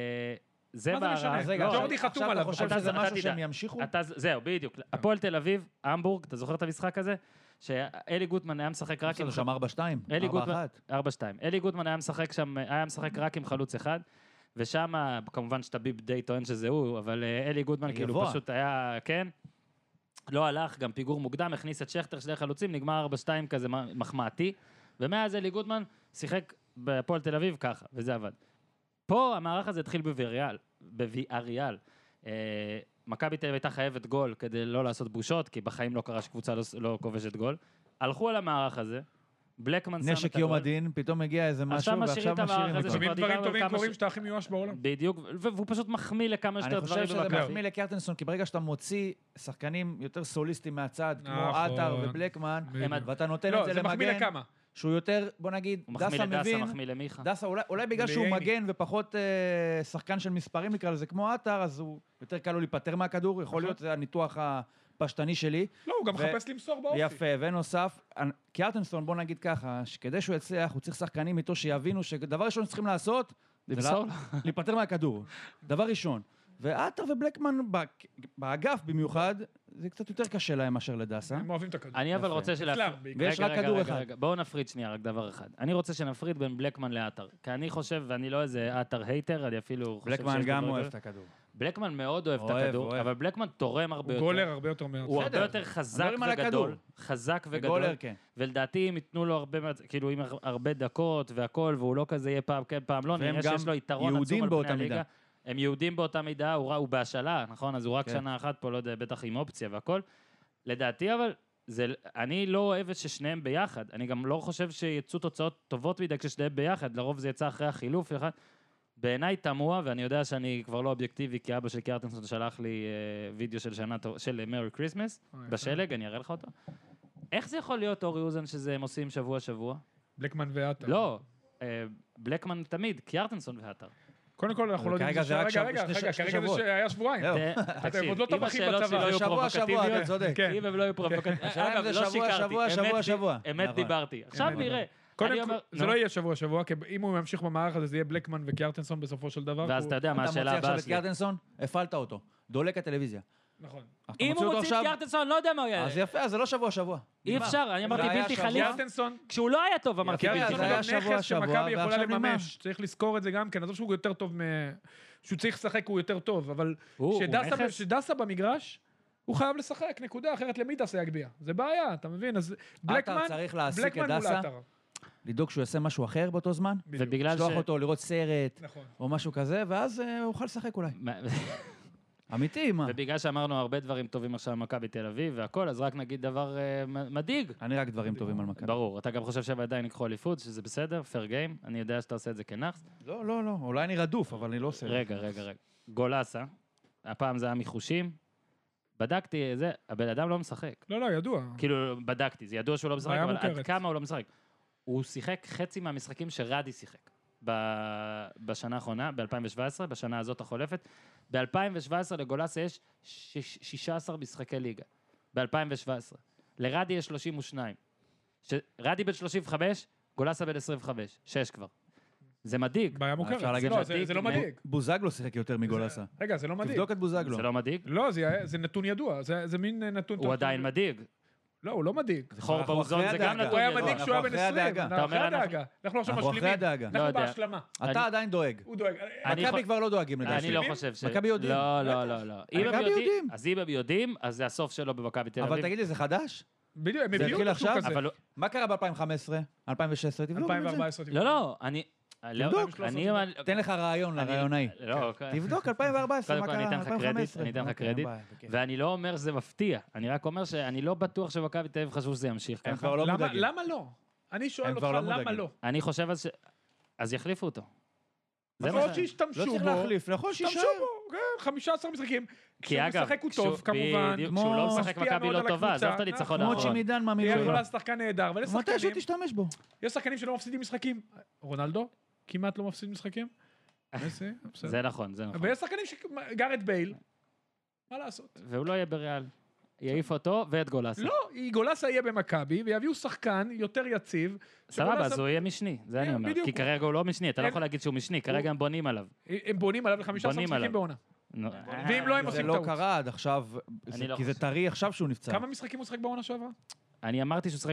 זה מה זה משנה? בערך... אז רגע, לא, ג'ורדי חתום עכשיו עליו. אתה חושב אתה- שזה אתה משהו תדע. שהם ימשיכו? זהו, בדיוק. הפועל תל אביב, המבורג, אתה זוכר את המשחק הזה? שאלי גוטמן היה משחק רק עם... בסדר, שם 4-2, אלי גוטמן, 4-1. 4-2. אלי גוטמן היה משחק רק עם חלוץ אחד, ושם, כמובן שטביב די טוען שזה הוא, אבל אלי גוטמן כאילו גבוה. פשוט היה, כן, לא הלך, גם פיגור מוקדם, הכניס את שכטר, שני חלוצים, נגמר 4-2 כזה מחמאתי, ומאז אלי גוטמן שיחק בהפועל תל אביב ככה, וזה עבד. פה המערך הזה התחיל בוויאריאל. מכבי תל אביב הייתה חייבת גול כדי לא לעשות בושות, כי בחיים לא קרה שקבוצה לא כובשת גול. הלכו על המערך הזה, בלקמן שם את נשק יום הגול. הדין, פתאום הגיע איזה עכשיו משהו, משאירים ועכשיו את המערך משאירים הזה אותו. שכבר לפעמים דברים דיברנו טובים כמה קורים שאתה הכי מיואש בעולם. בדיוק, והוא פשוט מחמיא לכמה שיותר אני דברים חושב שזה במכבי. מחמיא לקיארטנסון, כי ברגע שאתה מוציא שחקנים יותר סוליסטים מהצד, כמו נכון. עטר ובלקמן, בדיוק. ואתה נותן לא, את זה זה מחמיא למגן, לכמה. שהוא יותר, בוא נגיד, הוא מחמיא דסה לדסה, מבין, מחמיא למיכה. דסה אולי בגלל שהוא לייני. מגן ופחות שחקן של מספרים נקרא לזה, כמו עטר, אז הוא יותר קל לו להיפטר מהכדור, יכול להיות, זה הניתוח הפשטני שלי. לא, הוא גם מחפש למסור באופי. יפה, ונוסף, קיארטנסון, בוא נגיד ככה, שכדי שהוא יצליח, הוא צריך שחקנים איתו שיבינו שדבר ראשון שצריכים לעשות, זה למסור לו. להיפטר מהכדור. דבר ראשון. ועטר ובלקמן באגף במיוחד, זה קצת יותר קשה להם מאשר לדסה. הם אוהבים את הכדור. אני אבל יפה. רוצה אצלם, בעיקר. ויש רק כדור אחד. בואו נפריד שנייה, רק דבר אחד. אני רוצה שנפריד בין בלקמן לעטר. כי אני חושב, ואני לא איזה עטר הייטר, אני אפילו חושב שיש... בלקמן גם בו אוהב דברים. את הכדור. בלקמן מאוד אוהב את אוהב, הכדור, אוהב. אבל בלקמן תורם הרבה הוא יותר. גולר הרבה יותר מעט. הוא הרבה בסדר. יותר חזק מדברים על וגדול. הכדור. חזק וגדול. וגולר, כן. ולדעתי אם ייתנו לו כאילו עם הרבה דקות והכל, והוא לא כזה יהיה פעם כן, פעם לא, והם נראה גם שיש לו יתרון יהודים עצום על באותה פני מידה. הליגה. הם יהודים באותה מידה, הוא בהשאלה, נכון? אז הוא רק כן. שנה אחת פה, לא יודע, בטח עם אופציה והכל. לדעתי אבל, אני לא אוהב ששניהם ביחד. אני גם לא חושב שיצאו תוצאות טובות מדי כששניהם ביחד, לרוב זה יצא אחרי החילוף. בעיניי תמוה, ואני יודע שאני כבר לא אובייקטיבי, כי אבא של קיארטנסון שלח לי וידאו של מרי קריסמס, בשלג, אני אראה לך אותו. איך זה יכול להיות, אורי אוזן, שזה הם עושים שבוע-שבוע? בלקמן ועטר. לא, בלקמן תמיד, קיארטנסון ועטר. קודם כל, אנחנו לא יודעים... כרגע זה רק רגע, שני כרגע זה שבועות. שהיה שבועיים. זהו. תקשיב, עוד לא אם טבחים השאלות בצבא. שלי לא יהיו שבוע, אתה פרובוקטיביות, צודק. כן. אם הם לא יהיו פרובוקטיביות, השאלה אם אגב, זה לא שבוע, שיקרתי, שבוע, אמת- שבוע. אמת נכון. דיברתי. עכשיו אמת. נראה. קודם אני כל, אומר- זה נו. לא יהיה שבוע, כי אם הוא ימשיך במערך הזה, זה יהיה בלקמן וקיארטנסון בסופו של דבר. ואז אתה יודע מה אתה השאלה מוציא עכשיו הבאה את שלי. קיארטנסון, הפעלת אותו. דולק הטלוויזיה. נכון. אתה אם מוציא הוא אותו מוציא את עכשיו, קיארטנסון, לא יודע מה הוא יהיה. אז יפה, אז זה לא שבוע. אי נגמר. אפשר, אני אמרתי זה היה בלתי שבוע. חליף. קיארטנסון, כשהוא לא היה טוב, אמרתי בלתי זה קיארטנסון היה חליף. גם נכס שבוע, שמכבי יכולה ועכשיו נגמר. לממש. צריך לזכור את זה גם כן, עזוב שהוא יותר טוב שהוא צריך לשחק, הוא יותר טוב, אבל הוא נכס. כשדסה במגרש, הוא חייב לשחק, נקודה, אחרת למי דסה יגביה? זה בעיה, אתה מבין? אז עטר צריך להעסיק את בלקמן מול דסה, עטר. לדאוג שהוא יעשה משהו אחר באותו זמן, בדיוק. ובגלל לשלוח אותו לראות סרט, נכון. או משהו כזה, ואז הוא יוכל לשחק אולי. אמיתי, מה? ובגלל שאמרנו הרבה דברים טובים עכשיו על מכבי תל אביב והכל, אז רק נגיד דבר מדאיג. אני רק דברים טובים על מכבי. ברור, אתה גם חושב שעדיין ייקחו אליפות, שזה בסדר, פייר גיים, אני יודע שאתה עושה את זה כנאחס. לא, אולי אני רדוף, אבל אני לא עושה. רגע. גולסה, הפעם זה היה מחושים, בדקתי זה, הבן אדם לא משחק. לא, ידוע. כאילו, בדקתי, זה ידוע שהוא לא משחק, בעיה אבל עד מוכרת. כמה הוא לא משחק. הוא שיחק חצי מהמשחקים שרדי שיחק בשנה האחרונה, ב-2017, בשנה הזאת החולפת. ב-2017 לגולסה יש 16 משחקי ליגה. ב-2017. לרדי יש 32. רדי בן 35, גולסה בן 25, 6 כבר. זה מדאיג. בעיה מוכרת. אפשר להגיד לא, שמדאיג, זה לא מדאיג. בוזגלו שיחק יותר מגולסה. רגע, זה לא מדאיג. תבדוק את בוזגלו. זה לא מדאיג? לא, זה נתון ידוע, זה מין נתון... הוא עדיין מדאיג. לא, הוא לא מדאיג. חור אנחנו באוזון אחרי זה גם הדאגה. נתון הוא היה ידוע. מדאיג כשהוא היה בן אחרי 20. הדאגה. אנחנו אתה אחרי אומר, הדאגה. אנחנו עכשיו אנחנו אחרי משלימים. הדאגה. אנחנו לא יודע. בהשלמה. אתה עדיין דואג. הוא דואג. אני מכבי כבר לא דואגים לדעתי. אני לא חושב מכבי יודעים. לא. אם הם מכבי יודעים. אז אם הם יודעים, אז זה הסוף שלו במכבי תל אביב. אבל תגיד לי, זה חדש? בדיוק, הם זה הביאו התחיל אותו שהוא עכשיו? כזה. אבל מה קרה ב-2015? 2016? תבדוק את זה. 2014. לא, אני... תבדוק. תבדוק. תן לך רעיון לרעיונאי. לא, אוקיי. תבדוק 2014, קודם מה כל קרה? אני אתן לך קרדיט, 2015. אני אתן לך אוקיי, קרדיט. אין בעיה, בכיף. ואני לא אומר שזה מפתיע, אני רק אומר שאני לא בטוח שמכבי תל אביב חשבו שזה ימשיך הם ככה. כבר לא מודאגים. למה לא? אני שואל הם אותך, כבר לא למה מודאגים. לא? אני חושב אז יחליפו אותו. זה יכול מה להיות ש... לא שישתמשו צריך בו. להחליף, יכול שישתמשו שיישאר. בו, כן, 15 משחקים. כי כשהוא אגב, משחק הוא טוב, כמובן. בדיוק, כשהוא לא משחק משפיע מכבי מאוד לא על טובה, הקבוצה. עזוב את הניצחון כמו האחרון. צ'ימידן יהיה מהמילואים. גולס שחקן נהדר, אבל יש מתי שחקנים, שתשתמש בו. יש שחקנים שלא מפסידים משחקים. רונלדו כמעט לא מפסיד משחקים. מסי, בסדר. זה נכון, זה נכון. ויש שחקנים גארד בייל, מה לעשות? והוא לא יהיה בריאל. יעיף אותו ואת גולסה. לא, גולסה יהיה במכבי, ויביאו שחקן יותר יציב. סבבה, שגולסה- אז הוא יהיה משני, זה אני אומר. בדיוק. כי כרגע הוא לא משני, אתה לא אין- יכול להגיד שהוא משני, כרגע הם בונים עליו. הם בונים עליו ל-15 בונים משחקים עליו. בעונה. נו, ואם לא, הם זה עושים לא טעות. קרה עד עכשיו, אני לא כי זה חושב. טרי עכשיו שהוא נפצע. כמה משחקים הוא שחק בעונה שעברה? אני אמרתי שהוא שחק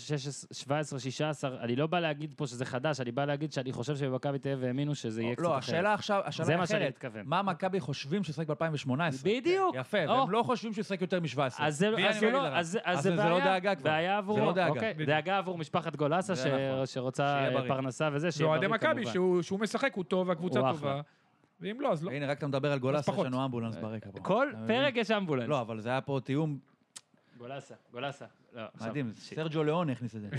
ב-2017-2016, אני לא בא להגיד פה שזה חדש, אני בא להגיד שאני חושב שבמכבי תל אביב האמינו שזה יהיה קצת לא, אחרת. השאלה עכשיו, זה השאלה מה שאני אחרת. מתכוון. מה מכבי חושבים ששחק ב-2018? בדיוק. יפה, או. והם לא חושבים שהוא שחק יותר מ-17. אז זה והנה אז אני זה אגיד לא, לך. אז זה זה לא דאגה כבר. בעיה עבורו, זה לא דאגה. אוקיי, בדיוק. דאגה עבור משפחת גולסה זה נכון. שרוצה שיהיה בריא. פרנסה וזה, שיהיה ואוהדי בריא מכבי, כמובן. שהוא משחק, הוא טוב, והקבוצה הוא טובה. ואם לא, אז לא. הנה, רק אתה מדבר על גולסה, יש פחות. לנו אמבולנס ברקע פה. כל אתה מבין? פרק יש אמבולנס. לא, אבל זה היה פה תיאום גולסה. לא, עכשיו, מדהים. שיט. סרג'ו ליאון הכניס את זה.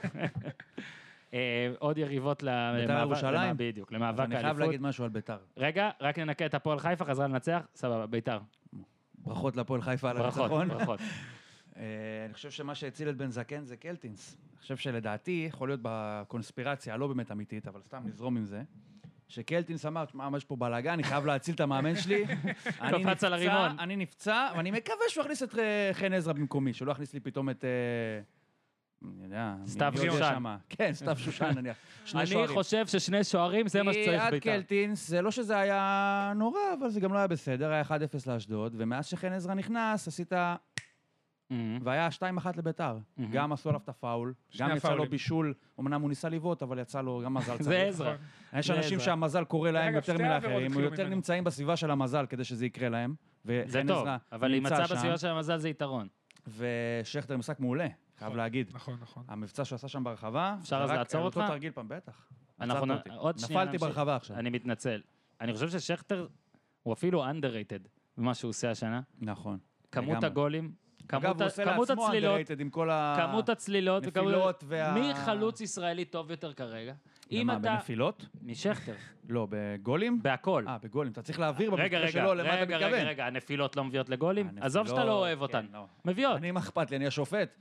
עוד יריבות בית"ר ירושלים? בדיוק, אז למאבק אני חייב האליפות. להגיד משהו על ביתר. רגע, רק ננקה את הפועל חיפה, חזרה לנצח, סבבה, ביתר. ברכות להפועל חיפה על ברכות, הניצחון. ברכות. אני חושב שמה שהציל את בן זקן זה קלטינס. אני חושב שלדעתי, יכול להיות בקונספירציה הלא באמת אמיתית, אבל סתם נזרום עם זה, שקלטינס אמר, תשמע, יש פה בלאגן, אני חייב להציל את המאמן שלי. אני קפץ על נפצע, הרימון. אני נפצע, ואני מקווה שהוא יכניס את חן עזרא במקומי, שלא יכניס לי פתאום את... אני יודע... סתיו מי יודע שושן. שמה. כן, סתיו שושן, נניח. שני אני שוערים. חושב ששני שוערים זה מה שצריך עד ביתר. קלטינס, זה לא שזה היה נורא, אבל זה גם לא היה בסדר, היה 1-0 לאשדוד, ומאז שחן עזרא נכנס, עשית... והיה 2-1 לביתר. גם עשו עליו את הפאול, שני גם יצא לו הפאולים. בישול, אמנם הוא ניסה לבעוט, אבל יצא לו גם מזל זה צריך. עזרא. יש זה אנשים עזרא. שהמזל קורה להם אגב, יותר שתי העבירות מלאחרים, הם התחילו יותר ממנו. נמצאים בסביבה של המזל כדי שזה יקרה להם. זה וחן טוב, עזרא אבל נמצא להימצא שם, בסביבה של המזל זה יתרון. ושכטר משחק מעולה, חייב להגיד. נכון, נכון. המבצע שהוא עשה שם ברחבה, אפשר אז זה רק לעצור אותו אותך? תרגיל פעם, בטח. אנחנו עצרת אותי. עוד שנייה נפלתי נמשיך. ברחבה עכשיו. אני מתנצל. אני חושב ששכטר הוא אפילו underrated במה שהוא עושה השנה. נכון. כמות לגמרי. הגולים, אגב, הוא עושה כמות לעצמו הצלילות, underrated עם כל כמות הצלילות, הנפילות מי חלוץ ישראלי טוב יותר כרגע? אם במה, אתה... בנפילות? משכטר, לא, בגולים? בהכל. בגולים. אתה צריך להעביר רגע, במקרה שלו, למה אתה מתכוון? רגע, הנפילות לא מביאות לגולים? הנפילות, עזוב שאתה לא אוהב כן, אותן. לא. מביאות. אני, מה אכפת לי? אני השופט.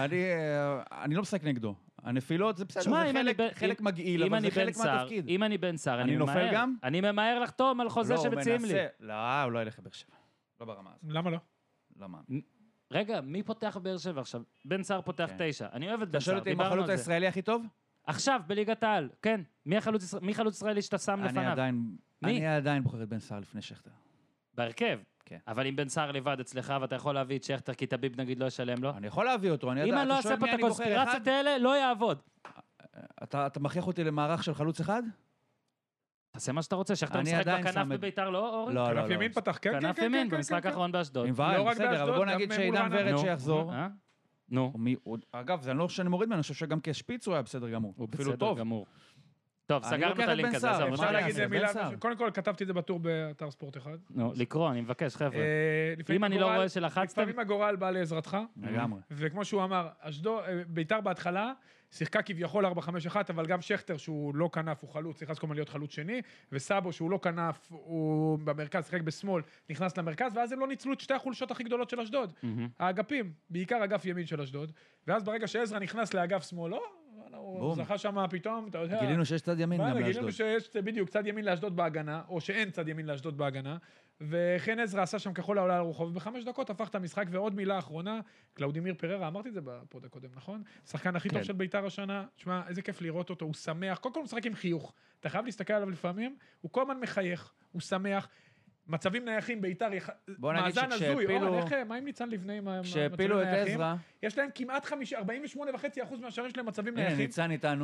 אני לא משחק נגדו. הנפילות זה בסדר, שמע, זה אם אני חלק מגעיל, אם אבל אני זה בן חלק סער, מהתפקיד. אם אני בן סער, אני נופל גם? אני ממהר לחתום על חוזה לא, הוא שמציעים לי. מנסה. לא, הוא לא ילך לבאר שבע. לא ברמה הזאת. למה לא? לא מאמין. רגע, מי פותח באר שבע עכשיו? בן סער פותח כן. 9. אני אוהב את בן אתה שואל סער, אותי אם דיברנו החלוץ על זה. הישראלי הכי טוב? עכשיו, בליגת העל, כן. מי חלוץ ישראלי שאתה שם לפניו? מי? אני עדיין בוחר את בן סער לפני שכטר. בהרכב. כן. אבל אם בן סער לבד אצלך, ואתה יכול להביא את שכטר, כי טביב נגיד לא ישלם לו. אני יכול להביא אותו, אני אם יודע. אני לא אתה אעשה שואל פה מי את אני בוחר, אחד? הקונספירציות האלה, לא יעבוד. אתה מכריח אותי למערך של חלוץ אחד? תעשה מה שאתה רוצה, שכטר אני משחק עדיין בכנף שם את- בביתר, לא, אורי? לא, לא, כנף לא. ימין פתח, כן, כן, כנף כן, ימין, כן, במשחק כן, האחרון באשדוד. עם לא וייל, רק בסדר, אבל באשדוד, בוא גם נגיד מול שעידן רעננה. ורד נו. שיחזור. נו, אגב, זה לא שאני מוריד ממנו, אני חושב שגם כשפיץ הוא היה בסדר גמור. הוא אפילו בסדר טוב. גמור. טוב, אני סגרנו לוקח את את הלינק בן הזה, סער, עזוב, אפשר אפשר מה להגיד זה מילה, בן סער. קודם כל כתבתי את זה בטור באתר ספורט אחד. נו, לקרוא, אני מבקש, חבר'ה. לפעמים אם אני לא הגורל- רואה שלחצתם, לפעמים הגורל בא לעזרתך, לגמרי. וכמו שהוא אמר, ביתר בהתחלה שיחקה כביכול 4-5-1, אבל גם שכטר שהוא לא כנף, הוא חלוץ, נכנס כל הזמן להיות חלוץ שני, וסאבו שהוא לא כנף, הוא במרכז, שיחק בשמאל, נכנס למרכז, ואז הם לא ניצלו את שתי החולשות הכי גדולות של אשדוד. האגפים, בעיקר אגף ימין של אשדוד, ואז ברגע שעזרא נכנס לאגף שמאל, הוא זכה שם פתאום, אתה יודע. גילינו שיש צד ימין גם לאשדוד. גילינו שיש בדיוק צד ימין לאשדוד בהגנה, או שאין צד ימין לאשדוד בהגנה, וחן עזרא עשה שם כחול העולה על הרוחב, וב5 דקות הפך את המשחק, ועוד מילה אחרונה, קלאודימיר פררה, אמרתי את זה בפוד הקודם, נכון? שחקן הכי טוב של בית"ר השנה, תשמע, איזה כיף לראות אותו, הוא שמח, קודם כל הוא משחק עם חיוך, אתה חייב להסתכל עליו לפעמים, הוא כל הזמן מחייך, הוא שמח, מצבים נייחים, בית"ר, מאזן הזוי, מה אם ניצן לבני עם מצבים נייחים? יש להם כמעט 48.5% מהשערים שלהם מצבים נייחים. ניצן איתנו.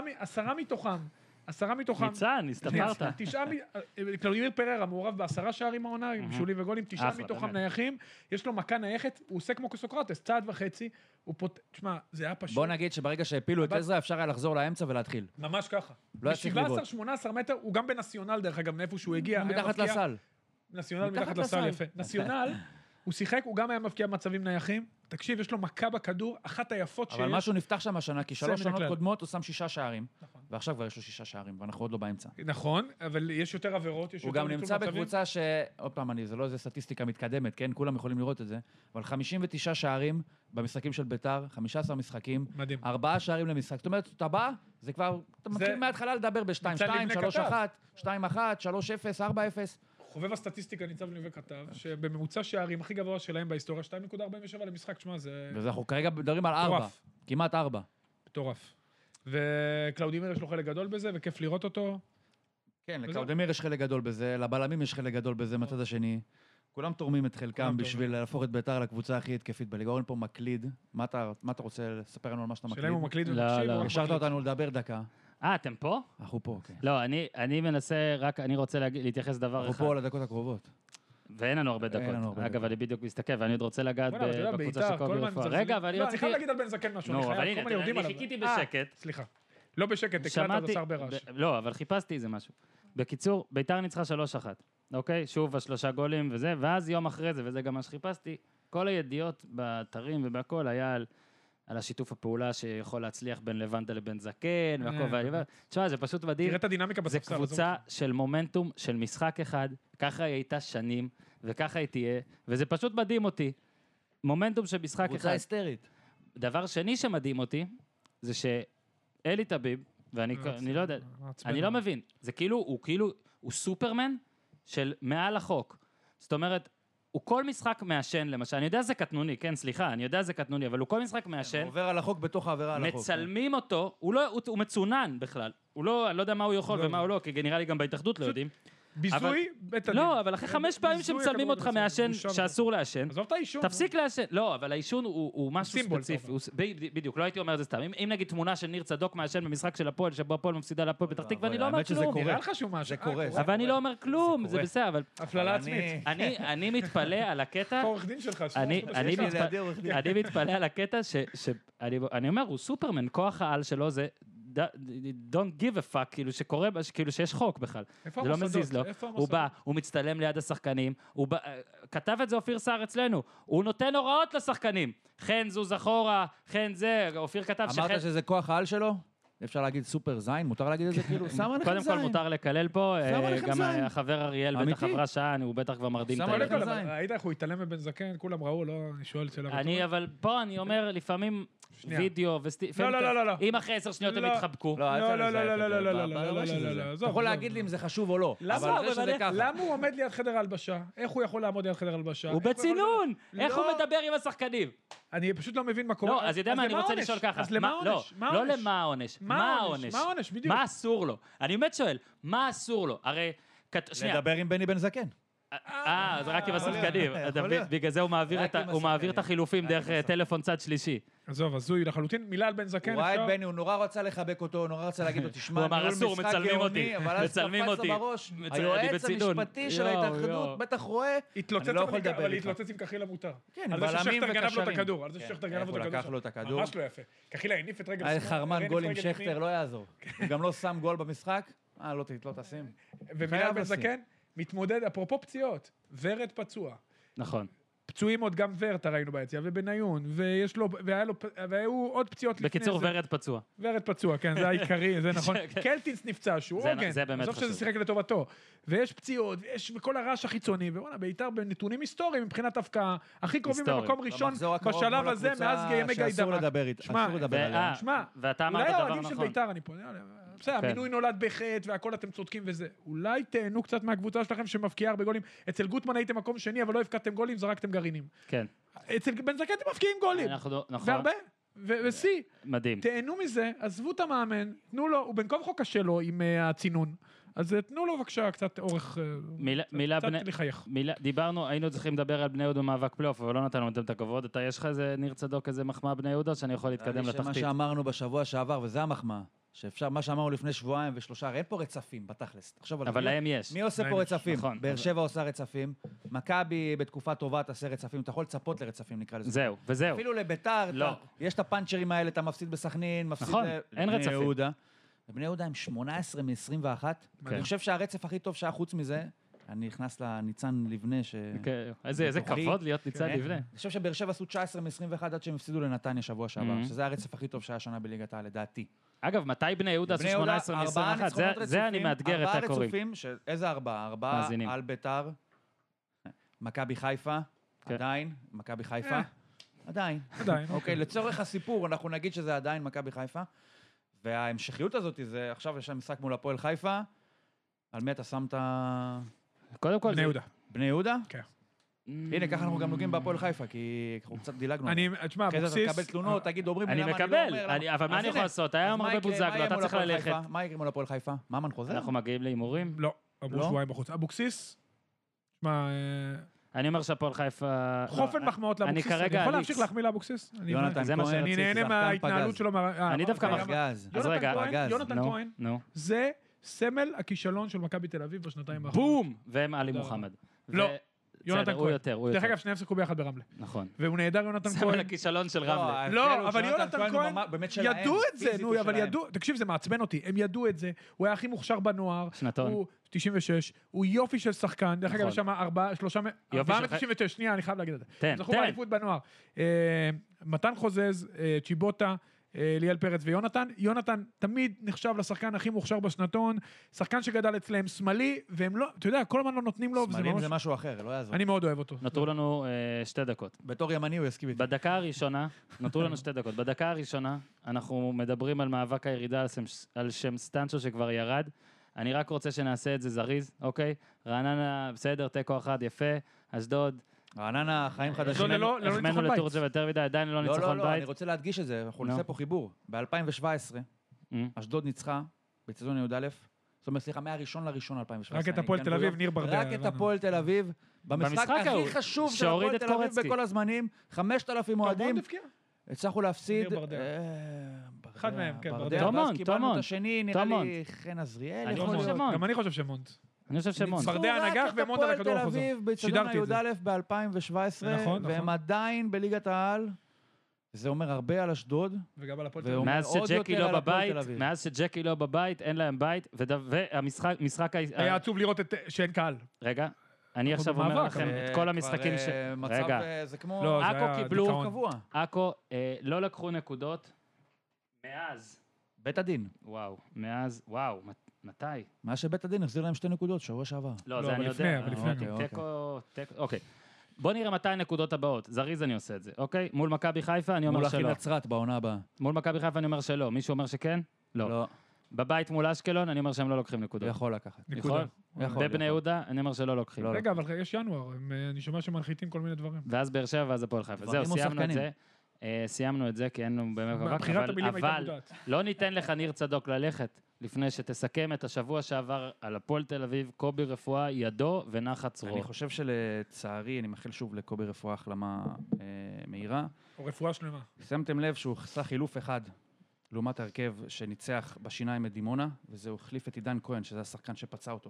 10 מתוכם. ניצן, הסתפרת. קלאודימיר פררה מעורב ב10 שערים העונה, עם בישולים וגולים, 9 מתוכם נייחים, יש לו מכה נייחת, הוא עושה כמו סוקרטס, צעד וחצי, תשמע, זה היה פשוט. בוא נגיד שברגע שהפילו את עזרא, אפשר היה לחזור לאמצע ולהתחיל. ממש ככה. ב-17-18 מטר, הוא גם בנציונל, דרך אגב, מאיפה שהוא הגיע. מתחת לסל. נציונל מתחת לסל, יפה. נציונל, הוא שיחק, הוא גם היה מבקיע מצבים נייחים. תקשיב, יש לו מכה בכדור, אחת היפות שיש. אבל משהו נפתח שם השנה, כי 3 שנות קודמות הוא שם 6 שערים. ועכשיו כבר יש לו 6 שערים, ואנחנו עוד לא באמצע. נכון, אבל יש יותר עבירות, יש יותר הוא גם נמצא בקבוצה עוד פעם, זה לא איזה סטטיסטיקה מתקדמת, כן? כולם יכולים לראות את זה. אבל 59 שערים במשחקים של בית"ר, 15 משחקים. מדהים. 4 שערים למשחק. זאת אומרת, אתה בא, זה כבר, אתה מתחיל מההתחלה לדבר ב-2-2, 3-1, 2-1, 3-0, 4-0. חובב הסטטיסטיקה ניצב לבני כתב, שבממוצע שערים הכי גבוה שלהם בהיסטוריה, 2.47 למשחק, שמה זה... וזה אנחנו כרגע מדברים על 4, כמעט 4. מטורף. וקלאודימיר יש לו חלק גדול בזה, וכיף לראות אותו. כן, לקלאודימיר יש חלק גדול בזה, לבלמים יש חלק גדול בזה, מהצד השני. כולם תורמים את חלקם בשביל להפוך את בית"ר לקבוצה הכי התקפית בליגה. אורן פה מקליד, מה אתה רוצה לספר לנו על מה שאתה מקליד? שלהם הוא מקליד ומקשיב. השארת אותנו לדבר דקה. אתם פה? אנחנו פה, כן. לא, אני מנסה, רק אני רוצה להתייחס דבר אחד. אנחנו פה על הדקות הקרובות. ואין לנו הרבה דקות. אגב, אני בדיוק מסתכל, ואני עוד רוצה לגעת בקבוצה של קובי רפואה. רגע, אבל אני רציתי... אני חייב להגיד על בן זקן משהו, אני חיכיתי בשקט. סליחה. לא בשקט, הקלטת עד השר ברש. לא, אבל חיפשתי איזה משהו. בקיצור, בית"ר ניצחה 3-1. אוקיי? שוב, 3 גולים וזה, ואז יום אחרי זה, וזה גם מה שחיפשתי, כל הידיעות באתרים ובהכל היה על השיתוף הפעולה שיכול להצליח בין לבנדה לבין זקן, והכל, תשמע, זה פשוט מדהים. תראה את הדינמיקה בספסל. זה קבוצה של מומנטום, של משחק אחד, ככה היא הייתה שנים, וככה היא תהיה, וזה פשוט מדהים אותי. מומנטום של משחק אחד. קבוצה היסטרית. דבר שני שמדהים אותי, זה שאלי טביב, ואני לא יודע, אני לא מבין, זה כאילו, הוא סופרמן של מעל החוק. זאת אומרת, הוא כל משחק מעשן, למשל, אני יודע זה קטנוני, כן, סליחה, אני יודע זה קטנוני, אבל הוא כל משחק מעשן. הוא עובר על החוק בתוך העבירה על החוק. מצלמים אותו, הוא מצונן בכלל. אני לא יודע מה הוא יכול ומה הוא לא, כי נראה לי גם בהתאחדות לא יודעים. ביזוי בית הדין. לא, אבל אחרי 5 פעמים שמצלמים אותך מעשן, שאסור לעשן. עזוב את העישון. תפסיק לעשן. לא, אבל העישון הוא משהו ספציפי. בדיוק, לא הייתי אומר את זה סתם. אם נגיד תמונה של ניר צדוק מעשן במשחק של הפועל, שבו הפועל מפסידה להפועל פתח תקווה, ואני לא אומר כלום. נראה לך שהוא משהו. זה קורה. אבל אני לא אומר כלום, זה בסדר, אבל... הפללה עצמית. אני מתפלא על הקטע... עורך דין שלך. אני מתפלא על הקטע שאני אומר, הוא סופרמן, כוח העל שלו זה... don't give a fuck, כאילו שיש חוק בכלל. זה לא מזיז לו. הוא בא, הוא מצטלם ליד השחקנים, כתב את זה אופיר סער אצלנו, הוא נותן הוראות לשחקנים. חן זוז אחורה, חן זה, אופיר כתב שחן... אמרת שזה כוח העל שלו? אפשר להגיד סופר זין, מותר להגיד את זה כאילו? שמה לכם זין. קודם כל מותר לקלל פה, גם החבר אריאל בטח עברה שעה, הוא בטח כבר מרדים את הילד. ראית איך הוא התעלם מבן זקן, כולם ראו, לא, אני שואל שאלה. אבל פה אני אומר, לפעמים וידאו לא. אם אחרי 10 שניות הם יתחבקו. לא. אתה יכול להגיד לי אם זה חשוב או לא, אבל זה שזה ככה. למה הוא עומד ליד חדר הלבשה? איך הוא יכול לעמוד ליד חדר הלבשה? הוא בצינון! איך הוא מדבר עם השחקנים? אני פשוט לא מבין מה קורה. לא, אז יודע מה, אני רוצה לשאול ככה. אז למה העונש? לא למה העונש. מה העונש? בדיוק. מה אסור לו? אני באמת שואל, מה אסור לו? הרי... לדבר עם בני בן זקן. זה רק עם השחקנים. בגלל זה הוא מעביר את החילופים דרך טלפון צד שלישי. עזוב, הזוי לחלוטין. מילה על בן זקן. הוא ראה את בני, הוא נורא רצה לחבק אותו, הוא נורא רצה להגיד לו, תשמע, הוא אמר, אסור, מצלמים אותי. אבל אז קפץ לו בראש. היועץ המשפטי של ההתאחדות בטח רואה, אני לא יכול לדבר אבל להתלוצץ עם כחילה מותר. כן, על זה ששכתר גנב לו את הכדור. על זה ששכתר גנב לו את הכדור. ממש לא יפה. כחילה הניף את רגל. חרמן גול עם שכתר, לא יעזור. הוא גם לא שם גול במשחק. לא תשים. ומילה על בן זקן, מתמודד, אפרופו פציעות, ורד פצוע. נכון. פצועים עוד גם ורטה ראינו ביציאה, ובניון, והיו עוד פציעות לפני זה. בקיצור, ורד פצוע. ורד פצוע, כן, זה העיקרי, זה נכון. קלטינס נפצע, שהוא עוגן. זה באמת חשוב שזה שיחק לטובתו. ויש פציעות, וכל הרעש החיצוני, ובוא'נה, בית"ר בנתונים היסטוריים, מבחינת הפקעה, הכי קרובים למקום ראשון, בשלב הזה, מאז ימי גיא דמק. שמע, אולי האוהדים של בית"ר, אני פונה עליהם. בסדר, המינוי נולד בחטא, והכל אתם צודקים וזה. אולי תהנו קצת מהקבוצה שלכם שמפקיעה הרבה גולים. אצל גוטמן הייתם מקום שני, אבל לא הפקעתם גולים, זרקתם גרעינים. כן. אצל בן זקן אתם מפקיעים גולים. והרבה. ושיא. מדהים. תהנו מזה, עזבו את המאמן, תנו לו, הוא בין כה וכה קשה לו עם הצינון. אז תנו לו בבקשה קצת אורך, קצת לחייך. דיברנו, היינו צריכים לדבר על בני יהודה במאבק פלייאוף, אבל לא נתנו את הכבוד. יש לך איזה ניר צדוק, איזה מחמאה בני יהודה, שאני יכול להתקדם לתחתית? מה שאמרנו בשבוע שעבר, וזה המחמאה, שאפשר, מה שאמרנו לפני שבועיים ושלושה, אין פה רצפים בתכלס. אבל להם יש. מי עושה פה רצפים? באר שבע עושה רצפים, מכבי בתקופה טובה תעשה רצפים, אתה יכול לצפות לרצפים, נקרא לזה. זהו, וזהו. אפילו לביתר, יש את הפאנצ'רים האלה, אתה מפסיד בסכנין, מפסיד לבני יהודה. בני יהודה הם 18 מ-21. אני חושב שהרצף הכי טוב שהיה חוץ מזה, אני נכנס לניצן לבנה ש... איזה כבוד להיות ניצן לבנה. אני חושב שבאר שבע עשו 19 מ-21 עד שהם הפסידו לנתניה שבוע שעבר, שזה הרצף הכי טוב שהיה שנה בליגת העל, לדעתי. אגב, מתי בני יהודה עשו 18 מ-21? זה אני מאתגר את הקוראים. איזה ארבעה? ארבעה על ביתר, מכבי חיפה, עדיין, מכבי חיפה, עדיין. אוקיי, לצורך הסיפור, אנחנו נגיד שזה עדיין מכבי חיפה. וההמשכיות הזאת, זה עכשיו יש משחק מול הפועל חיפה, על מי אתה שמת... קודם כל בני יהודה. בני יהודה? כן. הנה, ככה אנחנו גם נוגעים בהפועל חיפה, כי אנחנו קצת דילגנו. תשמע, אחרי זה אתה תקבל תלונות, תגיד, אומרים לי למה אני לא אומר. אבל מה אני יכול לעשות? היה יום הרבה בוזגלו, אתה צריך ללכת. מה יקרה מול הפועל חיפה? ממן חוזר? אנחנו מגיעים להימורים? לא, אמרו שבועיים בחוץ. אבוקסיס? תשמע... אני אומר שהפועל חיפה... חופן מחמאות לאבוקסיס. אני יכול להמשיך להחמיא לאבוקסיס? יונתן כהן. אני נהנה מההתנהלות שלו. אני דווקא מחגז. יונתן כהן, זה סמל הכישלון של מכבי תל אביב בשנתיים האחרונות. בום! והם עלי מוחמד. לא. יונתן כהן. הוא יותר. דרך אגב, שניהם שיחקו ביחד ברמלה. נכון. והוא נהדר יונתן כהן. סמל הכישלון של רמלה. לא, אבל יונתן כהן ידעו את זה, נו, אבל ידעו, תקשיב, זה מעצבן אותי, הם ידעו את זה, הוא היה הכי מוכשר בנוער. שנתון. הוא 96, הוא יופי של שחקן, דרך אגב, יש שם 4 מ-99, שנייה, אני חייב להגיד את זה. תן. זכו באליפות בנוער. מתן חוזז, צ'יבוטה, ליאל פרץ ויונתן. יונתן תמיד נחשב לשחקן הכי מוכשר בשנתון, שחקן שגדל אצלם שמאלי, והם לא, אתה יודע, כל הזמן לא נותנים לו. שמאלים זה משהו אחר, לא יעזור. אני מאוד אוהב אותו. נותרו לנו 2 דקות. בתור ימני הוא יסכים איתי. בדקה הראשונה, נותרו לנו 2 דקות. בדקה הראשונה, אנחנו מדברים על מאבק הירידה על שם סטנצ'ו שכבר ירד. אני רק רוצה שנעשה את זה זריז, אוקיי? רעננה, בסדר, תיקו 1, יפה. אשדוד. רעננה, חיים חדשים. לא ניצחון בית. יותר מדי, עדיין לא ניצחון בית. אני רוצה להדגיש את זה, אנחנו נעשה פה חיבור. ב-2017, אשדוד ניצחה בצדון י"א, זאת אומרת, סליחה, מהראשון לראשון 2017. רק את הפועל תל אביב, ניר ברדע. רק את הפועל תל אביב, במשחק הכי חשוב של הפועל תל אביב בכל הזמנים, 5,000 אוהדים, הצלחנו להפסיד. אחד מהם, כן, ברדע. ואז קיבלנו את השני, נראה לי חן עזריאל. גם אני חושב שמונט. אני חושב שמונט. ברדע נגח ומונט על הכדור החוזר. שידרתי את זה. בצדון י"א ב-2017, והם עדיין בליגת העל. זה אומר הרבה על אשדוד. וגם על הפועל תל אביב. מאז שג'קי לא בבית, אין להם בית, והמשחק... היה עצוב לראות שאין קהל. רגע, אני עכשיו אומר לכם את כל המשחקים ש... רגע, זה כמו... עכו קיבלו... עכו לא לקחו נקודות מאז... בית הדין. וואו, מתי? מה שבית הדין החזיר להם 2 נקודות, שבוע שעבר. לא, זה אני יודע. תיקו. אוקיי. בוא נראה מתי הנקודות הבאות. זריז אני עושה את זה, אוקיי? מול מכבי חיפה אני אומר שלא. מול אחי נצרת בעונה הבאה. מול מכבי חיפה אני אומר שלא. מישהו אומר שכן? לא. בבית מול אשקלון אני אומר שהם לא לוקחים נקודות. יכול לקחת. נקודה. בבני יהודה אני אומר שלא לוקחים. רגע, אבל יש ינואר, אני שומע שמנחיתים כל מיני דברים. ואז באר שבע ואז הפועל חיפה. זהו, סיימנו את זה, כי אין לנו באמת מאבק, אבל לא ניתן לך ניר צדוק ללכת לפני שתסכם את השבוע שעבר על הפועל תל אביב, קובי רפואה, ידו ונחת צרור. אני חושב שלצערי, אני מאחל שוב לקובי רפואה החלמה מהירה. או רפואה שלמה. שמתם לב שהוא עשה חילוף אחד. לעומת ההרכב שניצח בשיניים את דימונה, וזה החליף את עידן כהן, שזה השחקן שפצע אותו.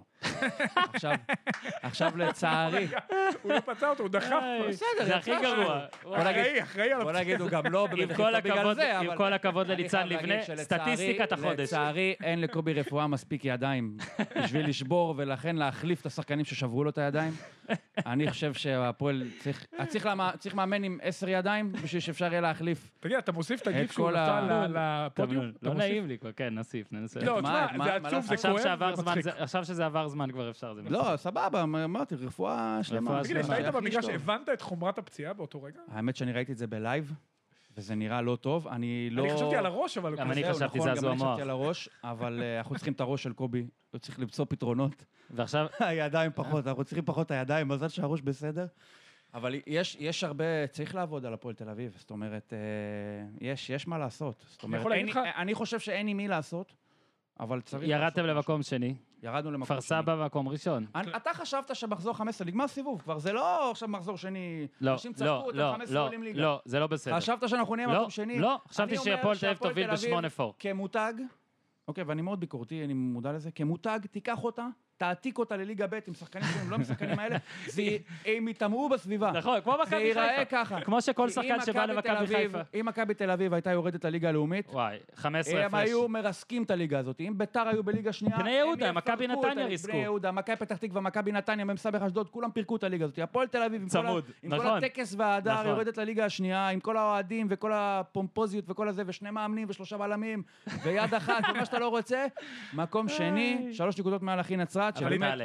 עכשיו לצערי... הוא לא פצע אותו, הוא דחף. זה הכי גרוע. אחראי על בוא נגיד, הוא גם לא בגלל זה, אבל... עם כל הכבוד לניצן לבנה, סטטיסטיקת החודש. לצערי, אין לקובי רפואה מספיק ידיים בשביל לשבור, ולכן להחליף את השחקנים ששברו לו את הידיים. אני חושב שהפועל צריך מאמן עם 10 ידיים, בשביל שאפשר יהיה להחליף. תגיד, אתה מוסיף את הגיף שהוא נתן לפודיום? לא נעים לי כבר, כן, נוסיף, ננסה. לא, תשמע, זה עצוב, זה כואב, זה מצחיק. עכשיו שזה עבר זמן כבר אפשר. לא, סבבה, אמרתי, רפואה שלמה. תגיד, אתה היית במגרש, הבנת את חומרת הפציעה באותו רגע? האמת שאני ראיתי את זה בלייב, וזה נראה לא טוב. אני חשבתי על הראש, אבל... גם אני חשבתי זעזוע גם אני מוח. חשבתי על הראש, אבל אנחנו צריכים את הראש של קובי, הוא צריך למצוא פתרונות. ועכשיו... הידיים פחות, אנחנו צריכים פחות הידיים, מזל שהראש בסדר. אבל יש הרבה, צריך לעבוד על הפועל תל אביב, זאת אומרת, יש מה לעשות. זאת אומרת, אני חושב שאין עם מי לעשות, אבל צריך... ירדתם למקום שני. ירדנו למקום כפר סבא במקום ראשון. אתה חשבת שמחזור 15 נגמר סיבוב, כבר זה לא עכשיו מחזור שני. לא, זה לא בסדר. חשבת שאנחנו נהיה מקום שני? לא, חשבתי שהפועל תל אביב תוביל ב8-4. כמותג, אוקיי, ואני מאוד ביקורתי, אני מודע לזה, כמותג, תיקח אותה, תעתיק אותה לליגה ב' עם שחקנים שהם לא עם שחקנים האלה, הם יתאמרו בסביבה. נכון, כמו מכבי חיפה. זה ייראה ככה. כמו שכל שחקן שבא למכבי חיפה. אם מכבי תל אביב הייתה יורדת לליגה הלאומית, וואי, 15 הם היו מרסקים את הליגה הזאת. אם ביתר היו בליגה שנייה, בני יהודה, מכבי נתניה ריסקו. בני יהודה, מכבי פתח תקווה, מכבי נתניה, מ"ס אשדוד, כולם פירקו את הליגה הזאת. הפועל תל אביב עם כל הטקס וההדר יורדת לליגה השנייה, עם כל האוהדים וכל הפומפוזיות וכל הזה, ושני מאמנים ושלושה בלמים, ויד אחת, ומה שאתה לא רוצה, מקום שני, 3 נקודות מעל אחי נצרת,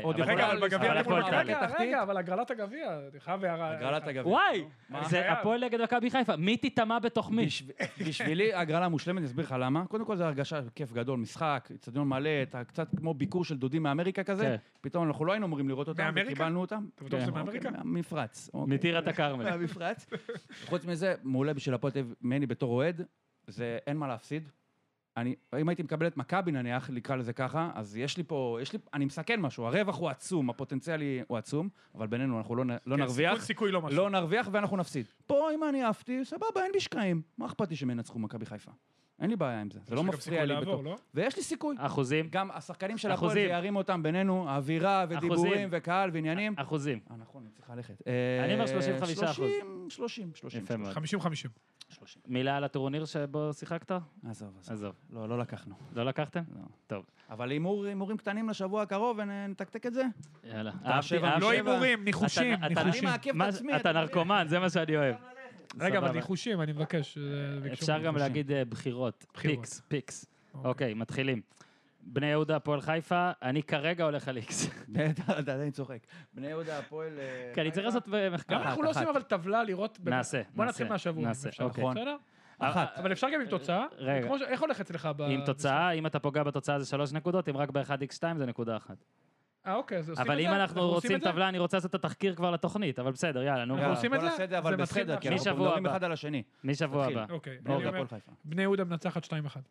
רגע, אבל הגרלת הגביע, חייב הערה. הגרלת הגביע. וואי, זה הפועל נגד מכבי חיפה. מי תיטמע בתוך מי? בשבילי הגרלה מושלמת, אני אסביר לך למה. קודם כל זה הרגשה, כיף גדול, משחק, אצטדיון מלא, קצת כמו ביקור של דודים מאמריקה כזה. פתאום אנחנו לא היינו אמורים לראות אותם, וקיבלנו אותם. אתה בטוח שזה מאמריקה? מהמפרץ. מטירת הכרמל. מהמפרץ. חוץ מזה, מעולה בשביל הפועל תל אביב, ממני בתור אוהד, זה אין מה להפסיד. אם הייתי מקבל את מכבי נניח, לקרוא לזה ככה, אז אני מסכן משהו, הרווח הוא עצום, הפוטנציאלי הוא עצום, אבל בינינו אנחנו לא נרוויח, סיכוי לא משהו. לא נרוויח ואנחנו נפסיד. פה אם אני אהבתי, סבבה, אין לי שקעים, מה אכפת לי שמנצחו מכבי חיפה? אין לי בעיה עם זה, זה לא מפריע לי בתור. ויש לי סיכוי. אחוזים? גם השחקנים של הפועל ירימו אותם בינינו, האווירה ודיבורים וקהל ועניינים. אחוזים. נכון, אני צריך ללכת. אני אומר 35%. 30. 50-50. מילה על הטורניר שבו שיחקת? עזוב. לא לקחנו. לא לקחתם? לא. טוב. אבל הימורים קטנים לשבוע הקרוב ונתקתק את זה? יאללה. לא הימורים, ניחושים. אני מעכב את עצמי. אתה נרקומן, זה מה שאני אוהב. רגע, אבל ניחושים, אני מבקש. אפשר גם להגיד בחירות. פיקס. אוקיי, מתחילים. בני יהודה, הפועל חיפה, אני כרגע הולך על איקס. אתה עדיין צוחק. בני יהודה, הפועל חיפה. כן, אני צריך לעשות מחקר. גם אנחנו לא עושים אבל טבלה לראות... נעשה. בוא נתחיל מהשבוע. נעשה, אוקיי. אבל אפשר גם עם תוצאה. רגע. איך הולך אצלך? עם תוצאה, אם אתה פוגע בתוצאה זה 3 נקודות, אם רק ב-1x2 זה נקודה 1. אוקיי, אז עושים את זה. אבל אם אנחנו רוצים טבלה, אני רוצה לעשות את התחקיר כבר לתוכנית, אבל בסדר, יאללה, נו. אנחנו עושים את זה? אבל בסדר, כי אנחנו מדברים אחד על השני. משבוע הבא. אוקיי. בני יהודה מנצחת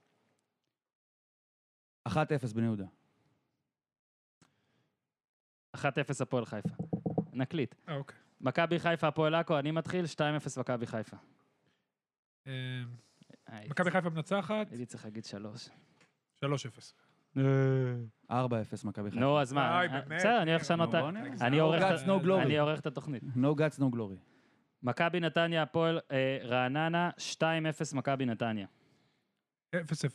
2-1. 1-0 בני יהודה. 1-0 הפועל חיפה. נקליט. אוקיי. מכבי חיפה, הפועל עכו, אני מתחיל, 2-0 מכבי חיפה. מכבי חיפה מנצחת. הייתי צריך להגיד 3. 3-0. 4-0 מכבי חיפה. נו, אז מה? בסדר, אני הולך לשנות. אני עורך את התוכנית. No guts, no glory. מכבי נתניה, הפועל רעננה, 2-0 מכבי נתניה. 0-0.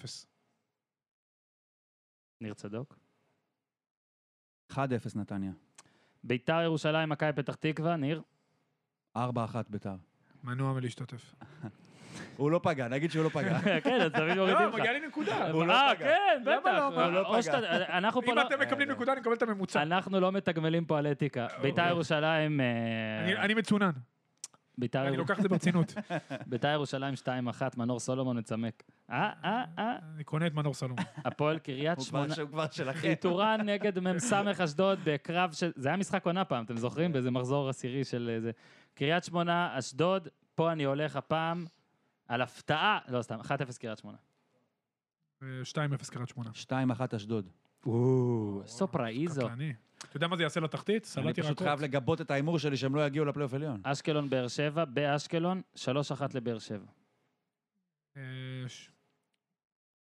ניר צדוק. 1-0 נתניה. ביתר ירושלים, מכבי פתח תקווה, ניר. 4-1 ביתר. מנוע מלהשתתף. הוא לא פגע, נגיד שהוא לא פגע. כן, אז תמיד מורידים לך. לא, מגיע לי נקודה. הוא לא פגע. כן, בטח. הוא לא פגע. אם אתם מקבלים נקודה, אני מקבל את הממוצע. אנחנו לא מתגמלים פה על אתיקה. ביתר ירושלים... אני מצונן. אני לוקח את זה ברצינות. ביתר ירושלים 2-1, מנור סולומון מצמק. אני קונה את מנור סולומון. הפועל קריית שמונה. הוא כבר שלכם. טורן נגד מ"ס אשדוד בקרב של... זה היה משחק עונה פעם, אתם זוכרים? באיזה מחזור עשירי של איזה... קריית שמונה, אשדוד, פה אני הולך הפעם על הפתעה, לא סתם, 1-0 קריית שמונה. 2-0 קריית שמונה. 2-1 אשדוד. סופראיזו. אתה יודע מה זה יעשה לתחתית? סלט ירקות. אני פשוט חייב לגבות את האימור שלי שהם לא יגיעו לפלייאוף עליון. אשקלון, באר שבע, באשקלון, 3-1 לבאר שבע.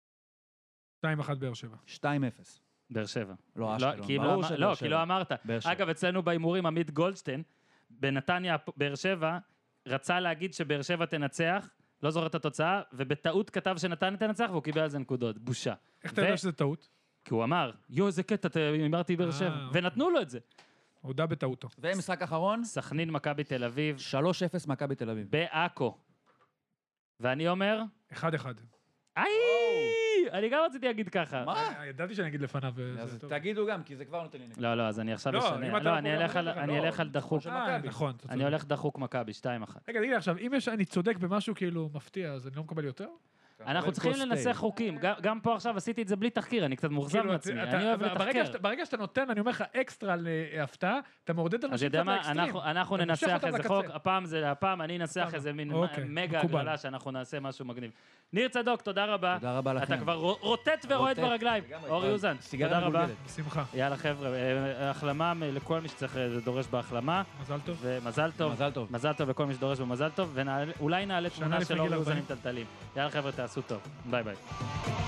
2-1 באר שבע. 2-0. באר שבע. לא, אשקלון. ברור שלא. לא, כי לא אמרת. באר שבע. אגב, אצלנו בהימורים, עמית גולדשטיין, בנתניה, באר שבע, רצה להגיד שבאר שבע תנצח, לא זוכר את התוצאה, ובטעות כתב שנתניה תנצח, והוא קיבל על זה נקודות. בושה. איך אתה יודע שזה טעות? כי הוא אמר, איזה קטע, אמרתי באר שבע. ונתנו לו את זה. הודע בטעותו. ומשחק אחרון? סכנין, מכבי תל אביב. 3-0 מכבי תל אביב. בעכו. ואני אומר, 1-1. אני גם רציתי להגיד ככה. מה? ידעתי שאני אגיד לפניו. אז תגידו גם, כי זה כבר נותן לי נגד. לא, אז אני עכשיו לא, אשנה. אם אתה לא, לא אני אלך על דחוק. נכון. אני הולך דחוק מכבי, 2-1. רגע, תגיד לי עכשיו, אם אני צודק במשהו כאילו מפתיע, אז אני לא מקבל יותר? אנחנו צריכים לנסח חוקים. גם פה עכשיו עשיתי את זה בלי תחקיר, אני קצת מאוכזב מעצמי. אני אוהב לתחקר. ברגע שאתה נותן, אני אומר לך, אקסטרה להפתעה, אתה מעודד אז אנשים יודע קצת מה, לאקסטרים. אנחנו אתה מושך ננסח אותם איזה לקצה. חוק, הפעם אני אנסח איזה מין אוקיי, מגה מקובל. הגרלה שאנחנו נעשה משהו מגניב. ניר צדוק, תודה רבה. תודה רבה לכם. אתה כבר רוטט ורועד רוטט. ברגליים. לגמרי. אור יוזן, סיגריה תודה רבה. מגולגלת. בשמחה. יאללה חבר'ה, החלמה לכל מי שצריך דורש בהחלמה. מזל טוב. ומזל טוב. מזל טוב. מזל טוב לכל מי שדורש במזל טוב, ואולי נעלה שנה תמונה לפני של אור גיל יוזן 40. עם טלטלים. יאללה חבר'ה, תעשו טוב. ביי ביי.